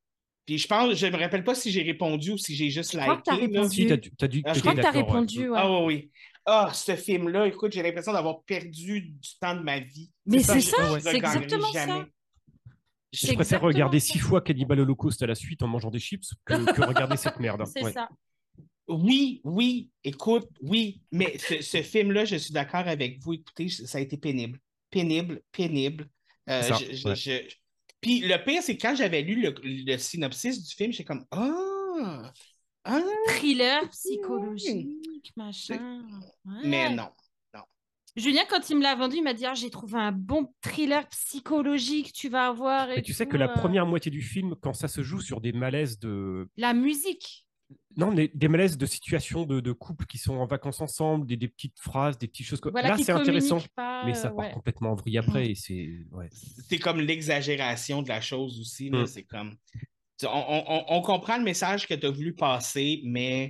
Puis je pense, je me rappelle pas si j'ai répondu ou si j'ai juste Je crois que t'as liké. là. répondu. Si, t'as, t'as dit que Ah, Je t'étais crois que t'as d'accord, ouais. répondu, ouais. Ah oui, oui. Ah, ce film-là, écoute, j'ai l'impression d'avoir perdu du temps de ma vie. Mais ça, c'est je- ça, ouais, ouais. c'est regagnerai exactement jamais. ça. Je C'est préfère exactement regarder ça. six fois Cannibal Holocaust à la suite en mangeant des chips que, que regarder cette merde. C'est Ouais. ça. Oui, oui, écoute, oui, mais ce, ce film-là, je suis d'accord avec vous. Écoutez, ça a été pénible. Pénible, pénible. Euh, C'est ça, je- je- ouais. je- Puis le pire, c'est quand j'avais lu le, le synopsis du film, j'étais comme Ah! Ah! Thriller psychologique, machin. Mais Ouais. non. Julien, quand il me l'a vendu, il m'a dit ah, j'ai trouvé un bon thriller psychologique, tu vas avoir. Et Mais tu sais tout, que la euh, première moitié du film, quand ça se joue sur des malaises de. La musique. Non, des, des malaises de situations de, de couples qui sont en vacances ensemble, des, des petites phrases, des petites choses. Comme... Voilà, Là, qui c'est intéressant. communiquent pas. Mais ça euh, part ouais. complètement en vrille après. Et c'est. Ouais. C'est comme l'exagération de la chose aussi. là. Mm. C'est comme. On, on- on comprend le message que tu as voulu passer, mais.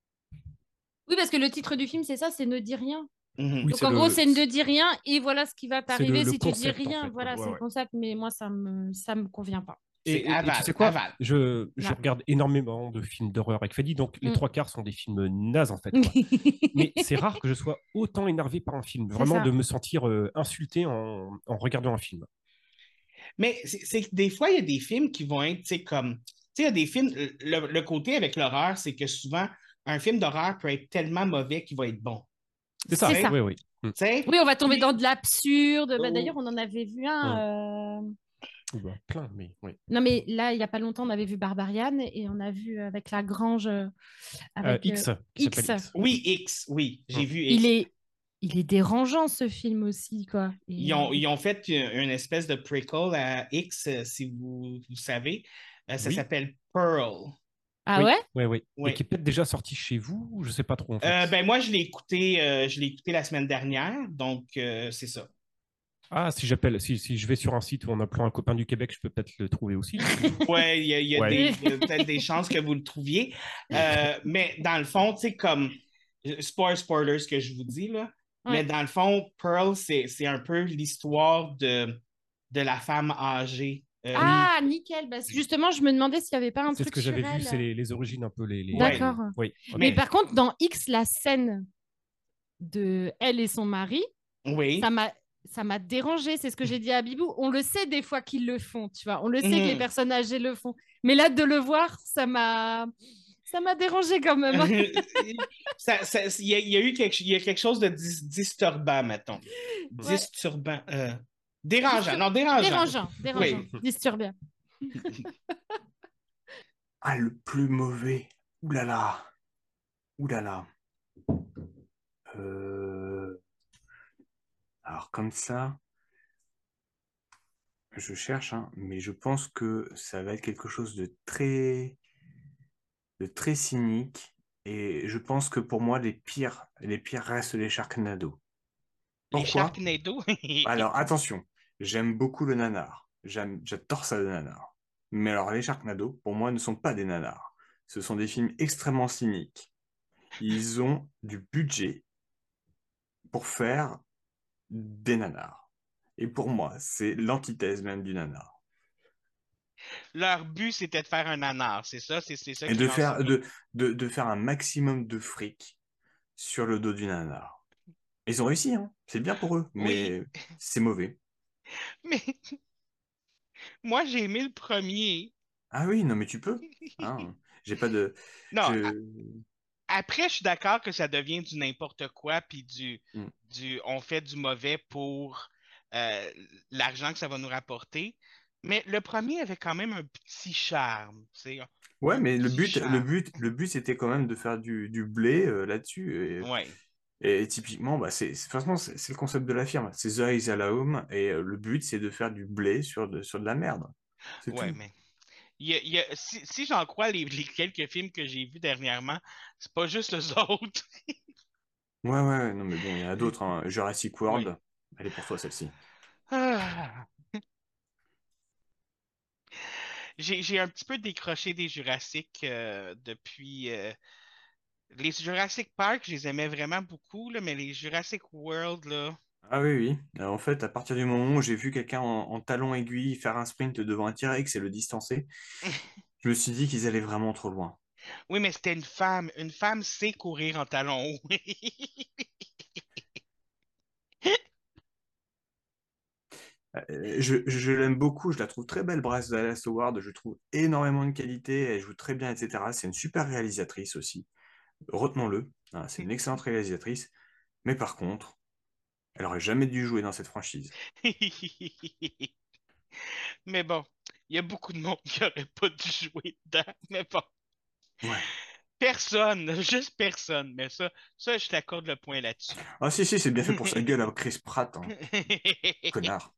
Oui, parce que le titre du film, c'est ça, c'est Ne dis rien. Mhm. Oui, Donc c'est en le- gros, c'est Ne dis rien et voilà ce qui va c'est le- t'arriver le si tu dis concept, en rien. fait, quoi. Voilà, Ouais, c'est ouais. le concept, mais moi, ça me, ça me convient pas. C'est Et, et- et aval, tu sais quoi aval. Je, je Ouais. regarde énormément de films d'horreur avec Fanny, donc les Mm. trois quarts sont des films nazes en fait. quoi. Mais c'est rare que je sois autant énervé par un film, C'est vraiment ça. de me sentir euh, insulté en, en regardant un film. Mais c'est c'est que des fois, il y a des films qui vont être, tu sais, comme. Tu sais, il y a des films. Le, le côté avec l'horreur, c'est que souvent, un film d'horreur peut être tellement mauvais qu'il va être bon. C'est ça, C'est ça. oui, oui. Mm. Tu sais? Oui, on va tomber Puis- dans de l'absurde. Bah, Oh. D'ailleurs, on en avait vu un. euh, Ou bah, plein, mais oui. Non, mais là, il n'y a pas longtemps, on avait vu Barbarian et on a vu euh, avec La Grange. euh, Euh, Avec, X, euh, qui X. s'appelle X. Oui, X, oui, j'ai Mm. vu X. Il est, il est dérangeant, ce film aussi, quoi. Et, Ils ont, euh, ils ont fait une espèce de prequel à X, euh, si vous, vous savez. Euh, ça Oui. s'appelle Pearl. Ah oui, ouais? oui, oui. Oui. Et qui est peut-être déjà sorti chez vous, ou je sais pas trop en fait. Euh, ben moi, je l'ai écouté, euh, je l'ai écouté la semaine dernière, donc euh, c'est ça. Ah, si j'appelle, si, si je vais sur un site où en appelant un copain du Québec, je peux peut-être le trouver aussi. Ouais, il y a, il y a Ouais. des- il y a peut-être des chances que vous le trouviez. Euh, mais dans le fond, tu sais, comme spoil spoilers ce que je vous dis, là. Ouais. Mais dans le fond, Pearl, c'est c'est un peu l'histoire de, de la femme âgée. Euh, Ah, nickel. Bah, justement, je me demandais s'il n'y avait pas un C'est ce truc que j'avais sur vu, elle. c'est les, les origines un peu les. les- D'accord. Oui. ok. Mais Mais- par contre, dans X, la scène de elle et son mari, Oui. ça m'a ça m'a dérangé. C'est ce que j'ai dit à Bibou. On le sait des fois qu'ils le font, tu vois. On le sait que les Mhm. personnes âgées le font. Mais là, de le voir, ça m'a ça m'a dérangé quand même. Ça- ça- Il y, a- il y a eu quelque, il y a quelque chose de dis- disturbant, mettons. Ouais. Disturbant. euh, dérangeant. Non, dérangeant. Dérangeant, dérangeant, disturbant. Ah, le plus mauvais. Ouh là là. Ouh là là. Euh, Alors, comme ça, je cherche, hein, mais je pense que ça va être quelque chose de très, de très cynique. Et je pense que pour moi, les pires, les pires restent les Sharknado. Les Pourquoi? Sharknado. Alors, attention, j'aime beaucoup le nanar. J'aime, j'adore ça, le nanar. Mais alors, les Sharknado, pour moi, ne sont pas des nanars. Ce sont des films extrêmement cyniques. Ils ont du budget pour faire des nanars. Et pour moi, c'est l'antithèse même du nanar. Leur but, c'était de faire un nanar, c'est ça? C'est c'est ça Et qui de rend faire, ça- de, de, de faire un maximum de fric sur le dos du nanar. Ils ont réussi, hein. C'est bien pour eux, mais c'est mauvais. Mais moi, j'ai aimé le premier. Ah oui, non, mais tu peux. Hein. J'ai pas de... Non, je- a- après, je suis d'accord que ça devient du n'importe quoi, puis du, Mm. du on fait du mauvais pour euh, l'argent que ça va nous rapporter. Mais le premier avait quand même un petit charme, tu sais. Ouais, Un mais le petit but, charme. le but, le but, c'était quand même de faire du, du blé euh, là-dessus. Et, Ouais. et typiquement, bah, c'est, c'est- franchement, c'est c'est le concept de la firme. C'est The Eyes Home, et euh, le but, c'est de faire du blé sur de, sur de la merde. C'est Ouais, tout. mais il y a- il y a- si, si j'en crois les, les quelques films que j'ai vus dernièrement, c'est pas juste les autres. Ouais, ouais, ouais, non, mais bon, il y en a d'autres. Hein. Jurassic World, elle est pour toi, celle-ci. Ah. J'ai, j'ai un petit peu décroché des Jurassic euh, depuis. euh, Les Jurassic Park, je les aimais vraiment beaucoup, là, mais les Jurassic World, là. Ah oui, oui. Alors, en fait, à partir du moment où j'ai vu quelqu'un en, en talon aiguille faire un sprint devant un T-Rex et le distancer, Je me suis dit qu'ils allaient vraiment trop loin. Oui, mais c'était une femme. Une femme sait courir en talons hauts. Euh, Je, je l'aime beaucoup, je la trouve très belle, Bryce Dallas Howard. Je trouve énormément de qualité, elle joue très bien, et cetera. C'est une super réalisatrice aussi. Retenons-le, hein, c'est une excellente réalisatrice. Mais par contre, elle aurait jamais dû jouer dans cette franchise. Mais bon, il y a beaucoup de monde qui n'aurait pas dû jouer dedans. Mais bon, Ouais. personne, juste personne. Mais ça, ça, je t'accorde le point là-dessus. Ah si, si, c'est bien fait pour sa gueule à Chris Pratt, hein. Connard.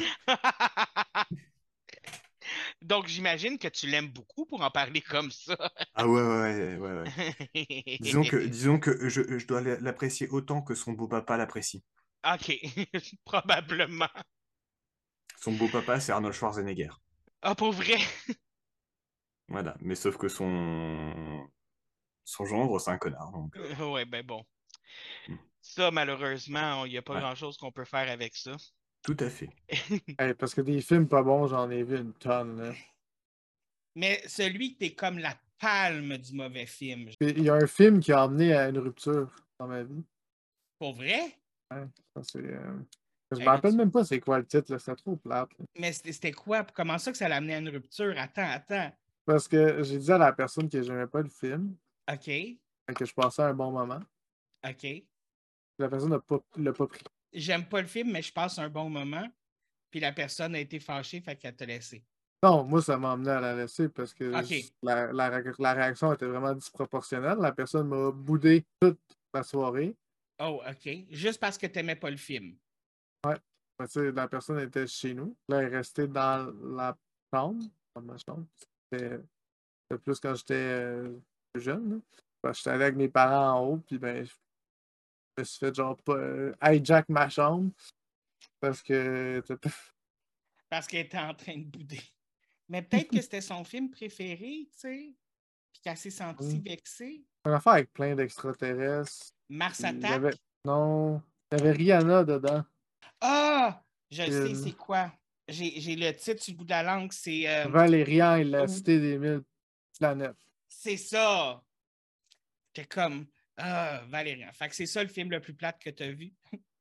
Donc, j'imagine que tu l'aimes beaucoup pour en parler comme ça. Ah ouais, ouais, ouais, ouais, ouais. Disons que, disons que je, je dois l'apprécier autant que son beau papa l'apprécie. Ok, probablement. Son beau papa, c'est Arnold Schwarzenegger. Ah, pour vrai? Voilà, mais sauf que son son gendre, c'est un connard. Donc, euh, Ouais, ben bon. hmm. Ça, malheureusement, il n'y a pas Ouais, grand-chose qu'on peut faire avec ça. tout à fait. Hey, parce que des films pas bons, j'en ai vu une tonne. Là. Mais celui que t'es comme la palme du mauvais film. Puis, il y a un film qui a amené à une rupture dans ma vie. Pour vrai? Ouais, ça, c'est, euh, Je me Hey, rappelle là, tu- même pas c'est quoi le titre, là, c'était trop plate. là. Mais c'était c'était quoi? Comment ça que ça l'a amené à une rupture? Attends, attends. Parce que j'ai dit à la personne que j'aimais pas le film, OK, que je passais un bon moment. OK. La personne n'a pas, l'a pas pris. J'aime pas le film, mais je passe un bon moment. Puis la personne a été fâchée, fait qu'elle t'a laissé. Non, moi, ça m'a amené à la laisser parce que OK. je- la, la, ré- la réaction était vraiment disproportionnelle. La personne m'a boudé toute la soirée. Oh, OK. Juste parce que t'aimais pas le film. Mais tu sais, la personne était chez nous. Là, elle est restée dans la chambre, dans ma chambre. C'était c'était plus quand j'étais euh, plus jeune. Là. Parce que j'étais allé avec mes parents en haut, puis ben, je me suis fait genre pas euh, hijack ma chambre parce que Parce qu'elle était en train de bouder. Mais peut-être que c'était son film préféré, tu sais. Puis qu'elle s'est sentie Mm. vexée. une affaire avec plein d'extraterrestres. Mars Puis il y Attack. avait... Non, il y avait Rihanna dedans. Ah! Je Puis, sais euh, c'est quoi. J'ai j'ai le titre sur le bout de la langue. C'est euh, Valérian et la Oh. cité des mille planètes. c'est ça. T'es comme Ah, Valérian. Fait que c'est ça le film le plus plate que t'as vu.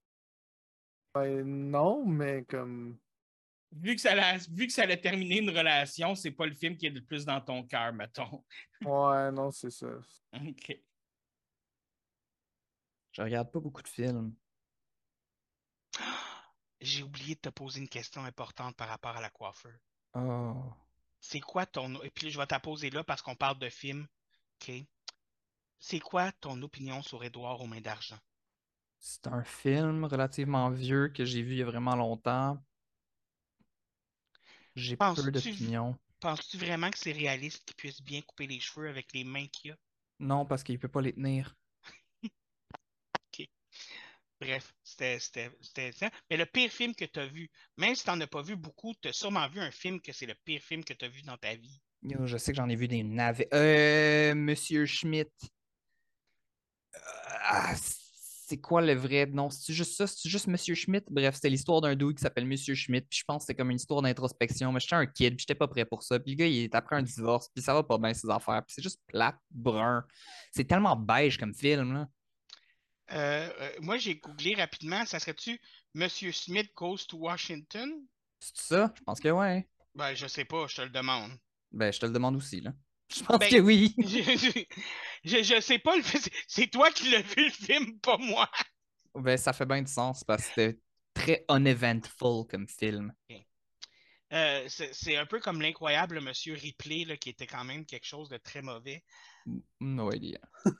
Ben non, mais comme. Vu que ça l'a vu que ça a terminé une relation, c'est pas le film qui est le plus dans ton cœur, mettons. Ouais, non, c'est ça. OK. Je regarde pas beaucoup de films. J'ai oublié de te poser une question importante par rapport à la coiffeur. Oh. C'est quoi ton... Et puis je vais te la poser là parce qu'on parle de film. OK? C'est quoi ton opinion sur Édouard aux mains d'argent? C'est un film relativement vieux que j'ai vu il y a vraiment longtemps. J'ai peu Penses-tu d'opinion. penses-tu vraiment que c'est réaliste qu'il puisse bien couper les cheveux avec les mains qu'il a? Non, parce qu'il peut pas les tenir. OK. Bref, c'était c'était- c'était ça. Mais le pire film que tu as vu, même si tu n'en as pas vu beaucoup, tu as sûrement vu un film que c'est le pire film que tu as vu dans ta vie. Yo, je sais que j'en ai vu des navets. Euh, Monsieur Schmidt. Euh, ah, c'est quoi le vrai nom? C'est juste ça? C'est juste Monsieur Schmidt? Bref, c'était l'histoire d'un dude qui s'appelle Monsieur Schmidt. Puis je pense que c'était comme une histoire d'introspection. Mais j'étais un kid, puis j'étais pas prêt pour ça. Puis le gars, il est après un divorce, puis ça va pas bien ses affaires. Puis c'est juste plate, brun. C'est tellement beige comme film, là. Euh, euh, moi, j'ai googlé rapidement. Ça serait-tu Monsieur Smith Goes to Washington? C'est ça? Je pense que ouais. Ben, je sais pas, je te le demande. Ben, je te le demande aussi, là. Je pense Ben, que oui. je, je, je sais pas, le- c'est- c'est toi qui l'as vu le film, pas moi. Ben, ça fait bien du sens parce que c'était très uneventful comme film. Euh, c'est c'est un peu comme l'incroyable Monsieur Ripley, là, qui était quand même quelque chose de très mauvais. No idea.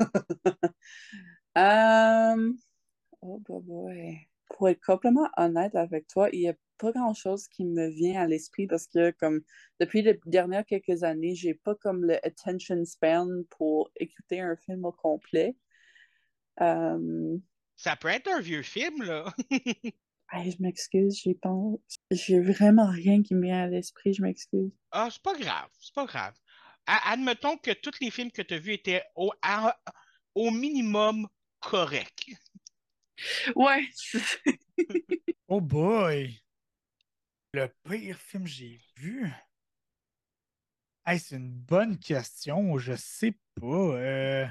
Euh, Oh boy, boy. Pour être complètement honnête avec toi, il n'y a pas grand-chose qui me vient à l'esprit parce que comme depuis les dernières quelques années, j'ai pas comme le attention span pour écouter un film au complet. Euh, Ça peut être un vieux film, là. hey, je m'excuse, j'ai pas... J'ai vraiment rien qui me vient à l'esprit, je m'excuse. Ah, c'est pas grave, c'est pas grave. A- admettons que tous les films que tu as vus étaient au, à- au minimum corrects. Ouais. Oh boy! Le pire film que j'ai vu. Hey, c'est une bonne question. Je sais pas. Euh,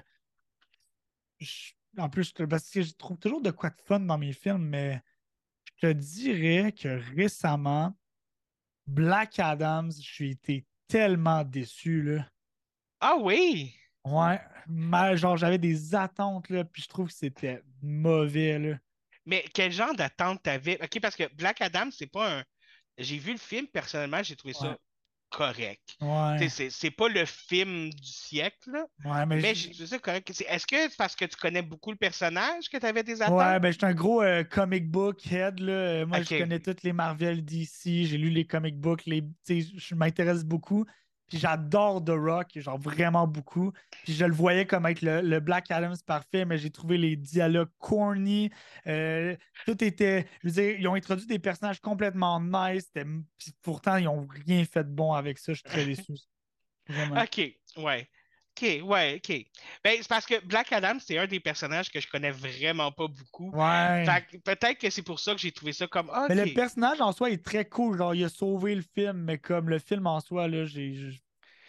je- En plus, je- parce que je trouve toujours de quoi de fun dans mes films, mais je te dirais que récemment, Black Adams, j'ai été tellement déçu, là. Ah oui! Ouais, ma- genre j'avais des attentes, là, puis je trouve que c'était mauvais, là. Mais quel genre d'attente t'avais? OK, parce que Black Adam, c'est pas un. J'ai vu le film, personnellement, j'ai trouvé Ouais, ça correct. Tu sais, ouais, c'est c'est pas le film du siècle, là, ouais, mais mais je- j'ai trouvé ça correct. C'est- Est-ce que c'est parce que tu connais beaucoup le personnage que tu avais des ouais, attentes? ben, je suis un gros euh, comic book head, là. Euh, Moi, je OK. connais toutes les Marvel D C, j'ai lu les comic books, les... tu sais, je m'intéresse beaucoup. Puis j'adore The Rock, genre vraiment beaucoup. Puis je le voyais comme être le, le Black Adams parfait, mais j'ai trouvé les dialogues corny. Euh, tout était. Je veux dire, ils ont introduit des personnages complètement nice. c'était- Puis pourtant, ils n'ont rien fait de bon avec ça. Je suis très déçu. Vraiment. OK, ouais. OK, ouais, OK. Ben, c'est parce que Black Adam, c'est un des personnages que je connais vraiment pas beaucoup. Ouais. Fait que peut-être que c'est pour ça que j'ai trouvé ça comme Mais OK. le personnage en soi est très cool. Genre, il a sauvé le film, mais comme le film en soi, là, j'ai. j'ai-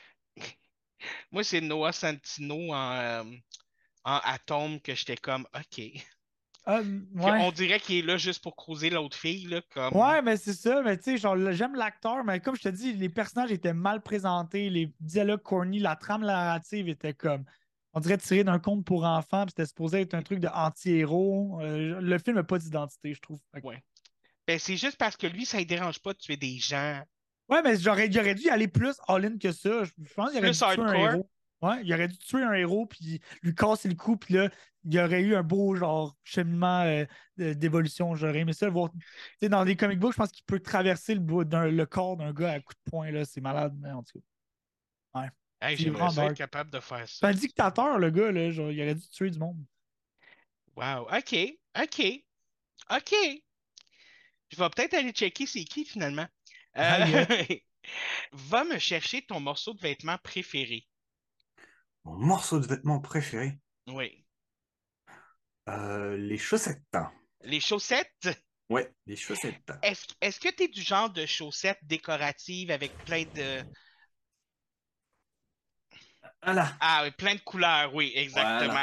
Moi, c'est Noah Santino en, euh, en Atome que j'étais comme OK. Ah, Puis ouais. on dirait qu'il est là juste pour causer l'autre fille, là, comme. Ouais, mais c'est ça. Mais tu sais, genre, là, j'aime l'acteur, mais comme je te dis, les personnages étaient mal présentés, les dialogues corny, la trame narrative était comme. On dirait tiré d'un conte pour enfants, puis c'était supposé être un truc de anti-héros. Euh, le film n'a pas d'identité, je trouve. Fait que- Ouais. Ben, c'est juste parce que lui, ça ne dérange pas de tuer des gens Ouais, mais j'aurais, il aurait dû y aller plus all-in que ça. Je, je pense qu'il aurait plus dû tuer un hardcore. héros. Ouais, il aurait dû tuer un héros, puis lui casser le cou, puis là, il y aurait eu un beau, genre, cheminement euh, de- d'évolution. J'aurais aimé ça le voir. Tu sais, dans des comic books, je pense qu'il peut traverser le, bout d'un- le corps d'un gars à coup de poing, là. C'est malade, mais en tout cas. Ouais. Hey, C'est j'aimerais vraiment ça être dark. capable de faire C'est ça. un dictateur, le gars, là. Genre, il aurait dû tuer du monde. Wow. OK. OK. OK. Je vais peut-être aller checker c'est qui finalement. Euh, Aïe. Va me chercher ton morceau de vêtement préféré. Mon morceau de vêtement préféré, Oui. euh, les chaussettes. Les chaussettes. Ouais, les chaussettes. Est-ce, est-ce que tu es du genre de chaussettes décoratives avec plein de. Voilà. Ah oui, plein de couleurs, oui, Voilà. exactement.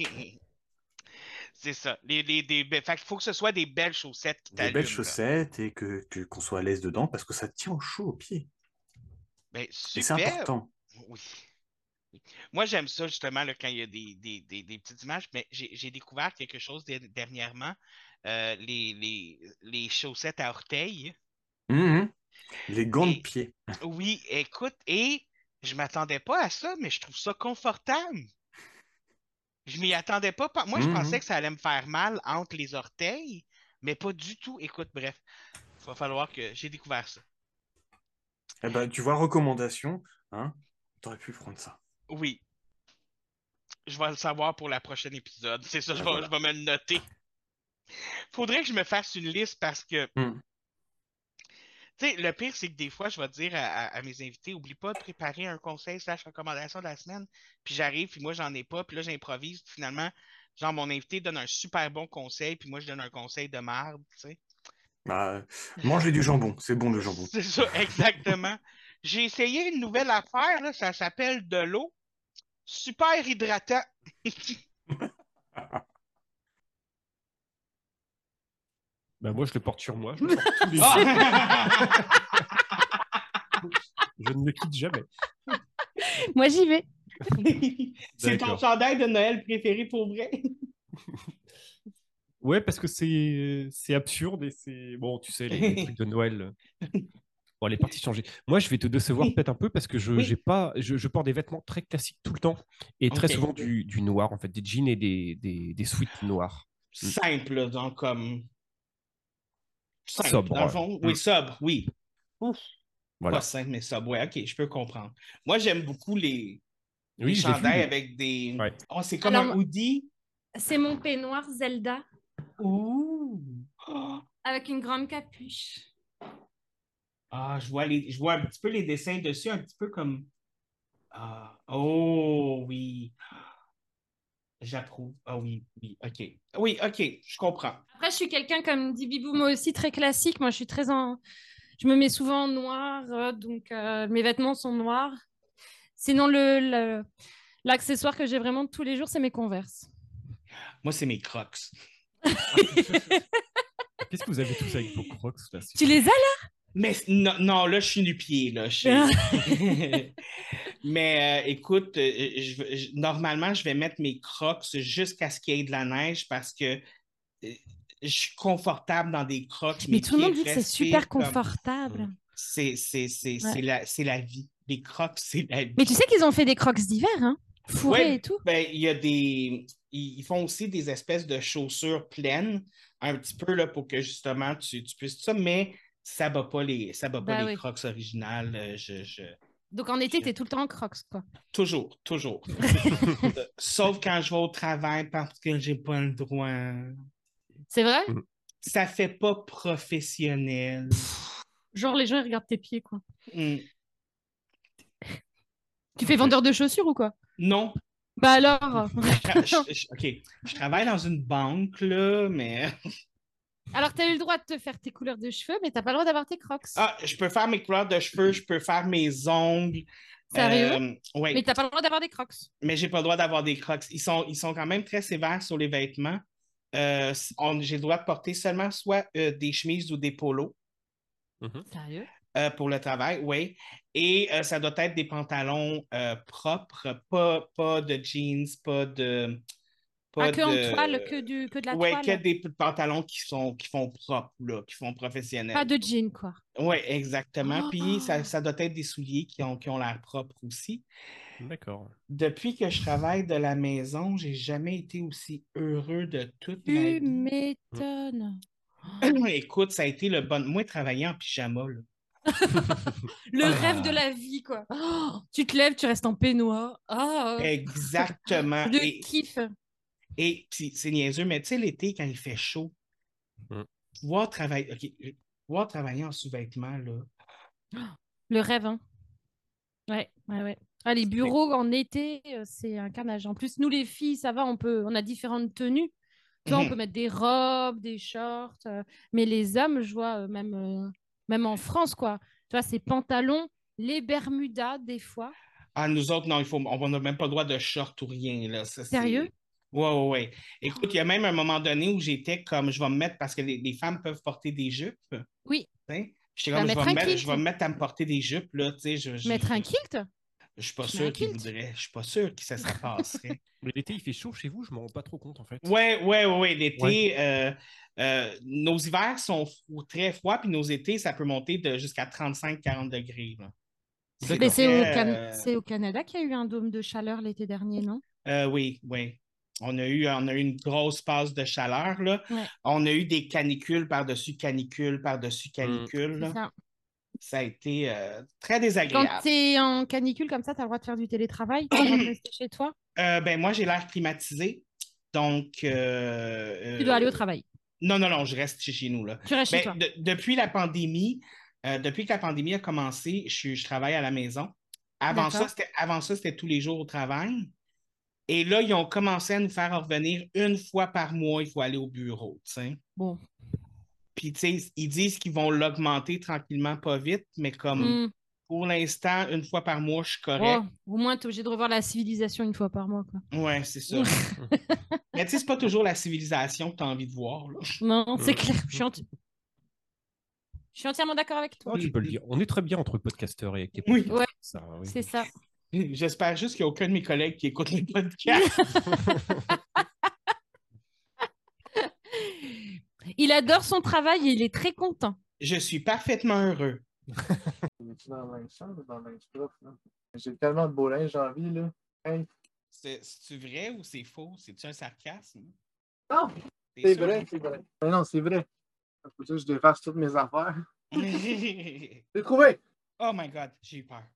C'est ça. Les, les, des, be- fait qu'il faut que ce soit des belles chaussettes qui Des belles t'allument, là. chaussettes et que, que- qu'on soit à l'aise dedans parce que ça tient au chaud aux pieds. Ben, Et c'est super. important. Oui. Moi, j'aime ça justement là, quand il y a des, des, des, des petites images, mais j'ai j'ai découvert quelque chose der- dernièrement. Euh, les, les, les chaussettes à orteils. Mhm. Les gants de Et pied. oui, écoute, et je m'attendais pas à ça, mais je trouve ça confortable. Je m'y attendais pas. pa- Moi, je pensais Mhm. que ça allait me faire mal entre les orteils, mais pas du tout. Écoute, bref, il va falloir que j'ai découvert ça. Eh ben, tu vois, recommandation, hein, t'aurais pu prendre ça. Oui, je vais le savoir pour la prochaine épisode. C'est ça, je Ben vais, je voilà. vais me le noter. Faudrait que je me fasse une liste parce que, Mhm. tu sais, le pire, c'est que des fois, je vais dire à, à- à mes invités, oublie pas de préparer un conseil slash recommandation de la semaine. Puis j'arrive, puis moi, j'en ai pas. Puis là, j'improvise. Puis finalement, genre, mon invité donne un super bon conseil, puis moi, je donne un conseil de merde, tu sais. Bah, manger du jambon, c'est bon le jambon. C'est ça, exactement. J'ai essayé une nouvelle affaire, là, ça s'appelle de l'eau. Super hydratant. Bah, moi, je le porte sur moi. Je le porte tous les jours. Ah! Je ne le quitte jamais. Moi, j'y vais. C'est ton D'accord. chandail de Noël préféré pour vrai? Ouais, parce que c'est c'est absurde et c'est. Bon, tu sais, les, les trucs de Noël. Bon, elle est partie changer. Moi, je vais te décevoir peut-être un peu parce que je, Oui. j'ai pas, je, je porte des vêtements très classiques tout le temps et très Ok. souvent du, du noir, en fait, des jeans et des, des, des sweats noirs. Simple, là, donc comme. Simple, Sobre, dans le ouais. fond. Oui, Mm. sobre, oui. Ouf. Voilà. Pas simple, mais sobre. Ouais, ok, je peux comprendre. Moi, j'aime beaucoup les, les Oui, j'ai vu. chandails les- avec des. Ouais. Oh, c'est comme Alors, un hoodie. C'est mon peignoir Zelda Ouh! Ah, avec une grande capuche. Ah, je vois les, je vois un petit peu les dessins dessus, un petit peu comme. Ah, oh oui. J'approuve. Ah oui, oui, ok. Oui, ok, je comprends. Après, je suis quelqu'un, comme dit Bibou, moi aussi, très classique. Moi, je suis très en. Je me mets souvent en noir, euh, donc euh, mes vêtements sont noirs. Sinon, le, le- l'accessoire que j'ai vraiment tous les jours, c'est mes Converse. Moi, c'est mes Crocs. Qu'est-ce que vous avez tous avec vos crocs là? C'est- Tu les as là? Mais non, non, là, je suis nu-pied, là. je suis- Mais euh, écoute, euh, je- je- normalement, je vais mettre mes Crocs jusqu'à ce qu'il y ait de la neige parce que euh, je suis confortable dans des Crocs. Mais Mes tout le monde pieds dit que c'est respirent super comme- confortable. C'est c'est- c'est- Ouais. c'est la, c'est la vie. Les Crocs, c'est la vie. Mais tu sais qu'ils ont fait des Crocs d'hiver, hein? Fourrés Ouais, et tout. ben, il y a des. Ils ils font aussi des espèces de chaussures pleines, un petit peu là, pour que justement tu, tu puisses ça, mais ça ne bat pas les, ça bat pas Bah les oui. Crocs originales. euh, Je, je- Donc en été, t'es tout le temps en Crocs, quoi. Toujours, toujours. Euh, Sauf quand je vais au travail parce que j'ai pas le droit. C'est vrai? Ça fait pas professionnel. Genre, les gens, ils regardent tes pieds, quoi. Hmm. Tu fais vendeur de chaussures ou quoi? Non. Bah alors? Je- je- je- OK. Je travaille dans une banque, là, mais. Alors, t'as eu le droit de te faire tes couleurs de cheveux, mais t'as pas le droit d'avoir tes Crocs. Ah, je peux faire mes couleurs de cheveux, je peux faire mes ongles. Sérieux? Euh, oui. Mais t'as pas le droit d'avoir des Crocs. Mais j'ai pas le droit d'avoir des Crocs. Ils sont, ils sont quand même très sévères sur les vêtements. Euh, on- j'ai le droit de porter seulement soit euh, des chemises ou des polos Sérieux? euh, pour le travail, oui. Et euh, ça doit être des pantalons euh, propres, pas, pas de jeans, pas de. Pas Ah, que en de... toile, que, du, que de la Ouais, toile. que des p- pantalons qui, sont, qui font propre, là, qui font professionnels. Pas de jean, quoi. Oui, exactement. Oh! Puis ça, ça doit être des souliers qui ont, qui ont l'air propres aussi. D'accord. Depuis que je travaille de la maison, j'ai jamais été aussi heureux de toute ma Tu vie. m'étonnes. Écoute, ça a été le bon. Moi, travailler en pyjama, là. Le Ah. rêve de la vie, quoi. Oh, tu te lèves, tu restes en peignoir. Ah, Exactement. le Et, kiff. et puis, c'est niaiseux, mais tu sais, l'été, quand il fait chaud, Mm. pouvoir travailler, ok, pouvoir travailler en sous-vêtements, là. Le rêve, hein. Ouais, ouais, ouais. Ah, les bureaux en été, euh, c'est un carnage. En plus, nous, les filles, ça va, on peut, on a différentes tenues. Tu vois, on Mhm. peut mettre des robes, des shorts. euh, mais les hommes, je vois, euh, même, euh, même en France, quoi. Tu vois, ces pantalons, les bermudas, des fois. Ah, nous autres, non, il faut, on n'a même pas le droit de short ou rien, là. Ça, c'est- Sérieux? Ouais, ouais, ouais. Écoute, il y a même un moment donné où j'étais comme, je vais me mettre, parce que les, les femmes peuvent porter des jupes. Oui. tu sais. J'étais Bah, comme, je mettre vais, un me mettre, kilt. je vais me mettre à me porter des jupes, là, tu sais. Je, je, Mettre un je- kilt? Je suis pas Tu mets un sûr qu'ils kilt? voudraient. Je suis pas sûr que ça, ça passerait. Mais l'été, il fait chaud chez vous, je m'en rends pas trop compte en fait. Ouais, ouais, ouais, ouais. L'été, Ouais. euh, euh, nos hivers sont fro- très froids, puis nos étés, ça peut monter de jusqu'à trente-cinq à quarante degrés, là. C'est Mais c'est au, très, Can- euh, c'est au Canada qu'il y a eu un dôme de chaleur l'été dernier, non? euh, oui, oui. On a eu, on a eu une grosse passe de chaleur, là. Ouais. On a eu des canicules par-dessus canicules par-dessus canicules, C'est là. ça. Ça a été euh, très Quand désagréable. t'es en canicule comme ça, t'as le droit de faire du télétravail, t'as le droit de rester chez toi. Euh, ben, moi, j'ai l'air climatisé, donc... euh, Tu dois aller au euh, travail. Non, non, non, je reste chez, chez nous, là. Tu restes chez Ben, toi. de- depuis la pandémie, euh, depuis que la pandémie a commencé, je, suis- je travaille à la maison. Avant ça, D'accord. c'était, avant ça, c'était tous les jours au travail. Et là, ils ont commencé à nous faire revenir une fois par mois, il faut aller au bureau, tu sais. Bon. Puis, tu sais, ils disent qu'ils vont l'augmenter tranquillement, pas vite, mais comme Hmm. pour l'instant, une fois par mois, je suis correct. Oh, au moins, t'es obligé de revoir la civilisation une fois par mois, quoi. Ouais, c'est ça. Mais tu sais, c'est pas toujours la civilisation que tu as envie de voir, là. Non, c'est clair. Je suis, enti- Je suis entièrement d'accord avec toi. Oh, tu peux le dire. On est très bien entre podcasteurs et avec les Oui. podcasts, Ouais. ça, oui. C'est ça. J'espère juste qu'il n'y a aucun de mes collègues qui écoute les podcasts. Il adore son travail et il est très content. Je suis parfaitement heureux. Es-tu dans le linge sale ou dans le linge propre, là? J'ai tellement de beau linge, j'ai envie, là. Hey. C'est- C'est-tu vrai ou c'est faux? C'est-tu un sarcasme? Non, T'es c'est sûr? vrai, c'est vrai. Mais non, c'est vrai. Faut que je défasse toutes mes affaires. J'ai trouvé! Oh my God, j'ai eu peur.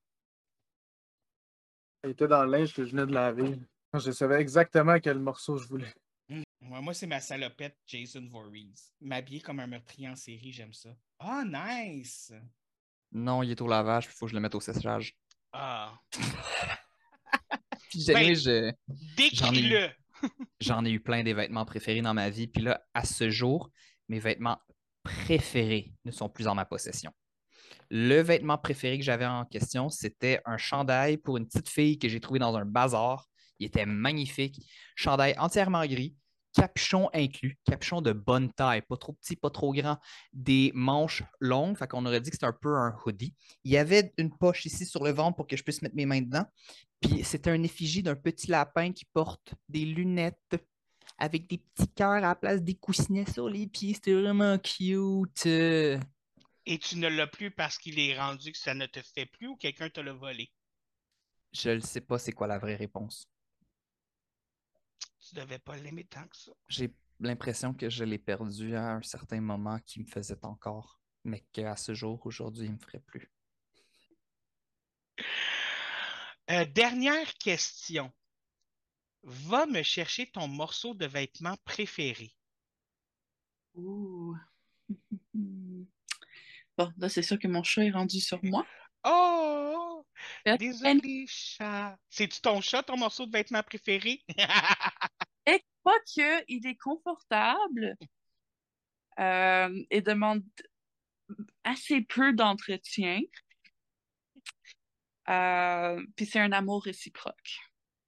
Il était dans le linge que je venais de laver. Je savais exactement quel morceau je voulais. Ouais, moi, c'est ma salopette Jason Voorhees. M'habiller comme un meurtrier en série, j'aime ça. Ah, nice! Non, il est au lavage, il faut que je le mette au séchage. Ah. Puis j'ai- Ben, je- Décris-le! J'en ai eu plein des vêtements préférés dans ma vie. Puis là, à ce jour, mes vêtements préférés ne sont plus en ma possession. Le vêtement préféré que j'avais en question, c'était un chandail pour une petite fille que j'ai trouvé dans un bazar. Il était magnifique. Chandail entièrement gris, capuchon inclus, capuchon de bonne taille, pas trop petit, pas trop grand, des manches longues, fait qu'on aurait dit que c'était un peu un hoodie. Il y avait une poche ici sur le ventre pour que je puisse mettre mes mains dedans. Puis c'était un effigie d'un petit lapin qui porte des lunettes avec des petits cœurs à la place des coussinets sur les pieds. C'était vraiment cute. Et tu ne l'as plus parce qu'il est rendu que ça ne te fait plus ou quelqu'un te l'a volé? Je ne sais pas c'est quoi la vraie réponse. Tu devais pas l'aimer tant que ça. J'ai l'impression que je l'ai perdu à un certain moment qui me faisait encore, mais qu'à ce jour, aujourd'hui, il ne me ferait plus. Euh, dernière question. Va me chercher ton morceau de vêtement préféré. Ouh. Bon, là, c'est sûr que mon chat est rendu sur moi. Oh! Euh, Désolé, chat. C'est-tu ton chat, ton morceau de vêtement préféré? Et pas que il est confortable euh, et demande assez peu d'entretien. Euh, Puis c'est un amour réciproque.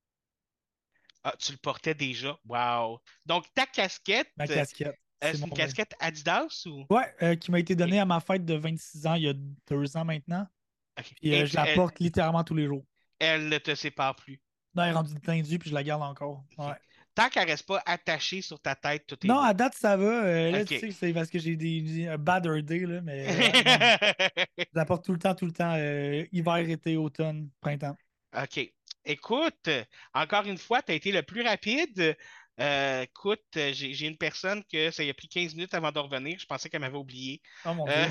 Ah, tu le portais déjà. Wow. Donc, ta casquette, Ma euh, casquette. c'est C'est une mon... casquette Adidas ou? Ouais, euh, qui m'a été donnée à ma fête de vingt-six ans, il y a deux ans maintenant. Ok. Puis Et euh, je tu- la elle, porte littéralement tous les jours. elle ne te sépare plus. Non, elle est rendue tendue, puis je la garde encore. Ok. Ouais. Tant qu'elle reste pas attachée sur ta tête, tout est Non, beau. à date, ça va. Euh, là, tu Ok. sais, c'est parce que j'ai des, j'ai un bad hair day, là, mais ouais, non, je la porte tout le temps, tout le temps. euh, hiver, été, automne, printemps. OK. Écoute, encore une fois, tu as été le plus rapide. Euh, écoute, euh, j'ai j'ai une personne que ça y a pris quinze minutes avant de revenir. Je pensais qu'elle m'avait oublié. Oh mon Euh, Dieu.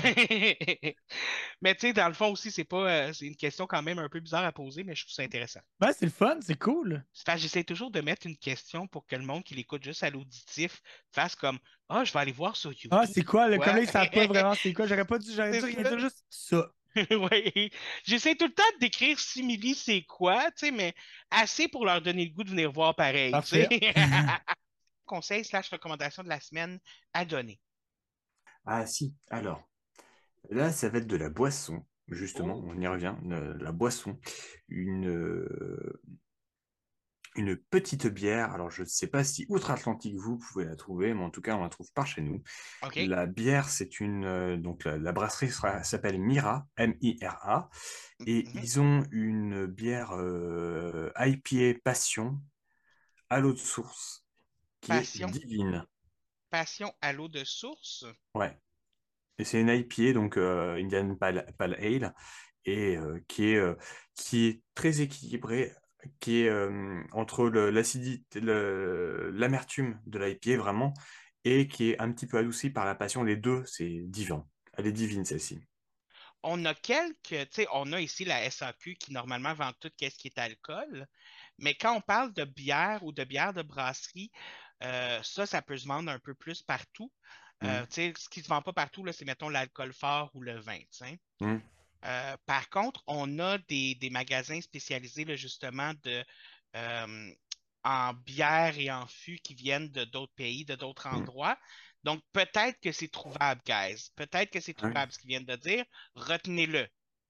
Mais tu sais, dans le fond aussi, c'est pas, euh, c'est une question quand même un peu bizarre à poser, mais je trouve ça intéressant. Ben, c'est le fun, c'est cool. C'est parce que j'essaie toujours de mettre une question pour que le monde qui l'écoute juste à l'auditif fasse comme Ah, je vais aller voir sur Ah, YouTube. c'est quoi? Le, comme Quoi? là, ils savent pas vraiment c'est quoi. J'aurais pas dû, j'aurais dû C'est rien ça. dire, juste ça. Oui, j'essaie tout le temps de décrire simili c'est quoi, tu sais, mais assez pour leur donner le goût de venir voir pareil, tu sais. Parfait. Conseil slash recommandation de la semaine à donner. Ah si, alors, là, ça va être de la boisson, justement, Oh. on y revient, euh, la boisson. Une, euh, une petite bière, alors je ne sais pas si outre-Atlantique vous pouvez la trouver, mais en tout cas, on la trouve par chez nous. OK. La bière, c'est une, euh, donc la, la brasserie sera- s'appelle Mira, M I R A, et Mhm. ils ont une bière euh, I P A Passion à l'eau de source qui est Passion. divine. Passion à l'eau de source. Ouais. Et c'est une I P A, donc euh, Indian Pale, Pale Ale, et euh, qui est, euh, qui est très équilibrée, qui est euh, entre le- l'acidité, le- l'amertume de l'I P A vraiment, et qui est un petit peu adoucie par la passion. Les deux, c'est divin. Elle est divine, celle-ci. On a quelques, tu sais, on a ici la S A Q qui normalement vend tout ce qui est alcool, mais quand on parle de bière ou de bière de brasserie, euh, ça, ça peut se vendre un peu plus partout. Euh, Mm. tu sais, ce qui ne se vend pas partout, là, c'est mettons l'alcool fort ou le vin, tu sais. Mm. Euh, par contre, on a des, des magasins spécialisés là, justement de, euh, en bière et en fût qui viennent de d'autres pays, de d'autres Mm. endroits. Donc, peut-être que c'est trouvable, guys. Peut-être que c'est Ouais. trouvable ce qu'ils viennent de dire. Retenez-le.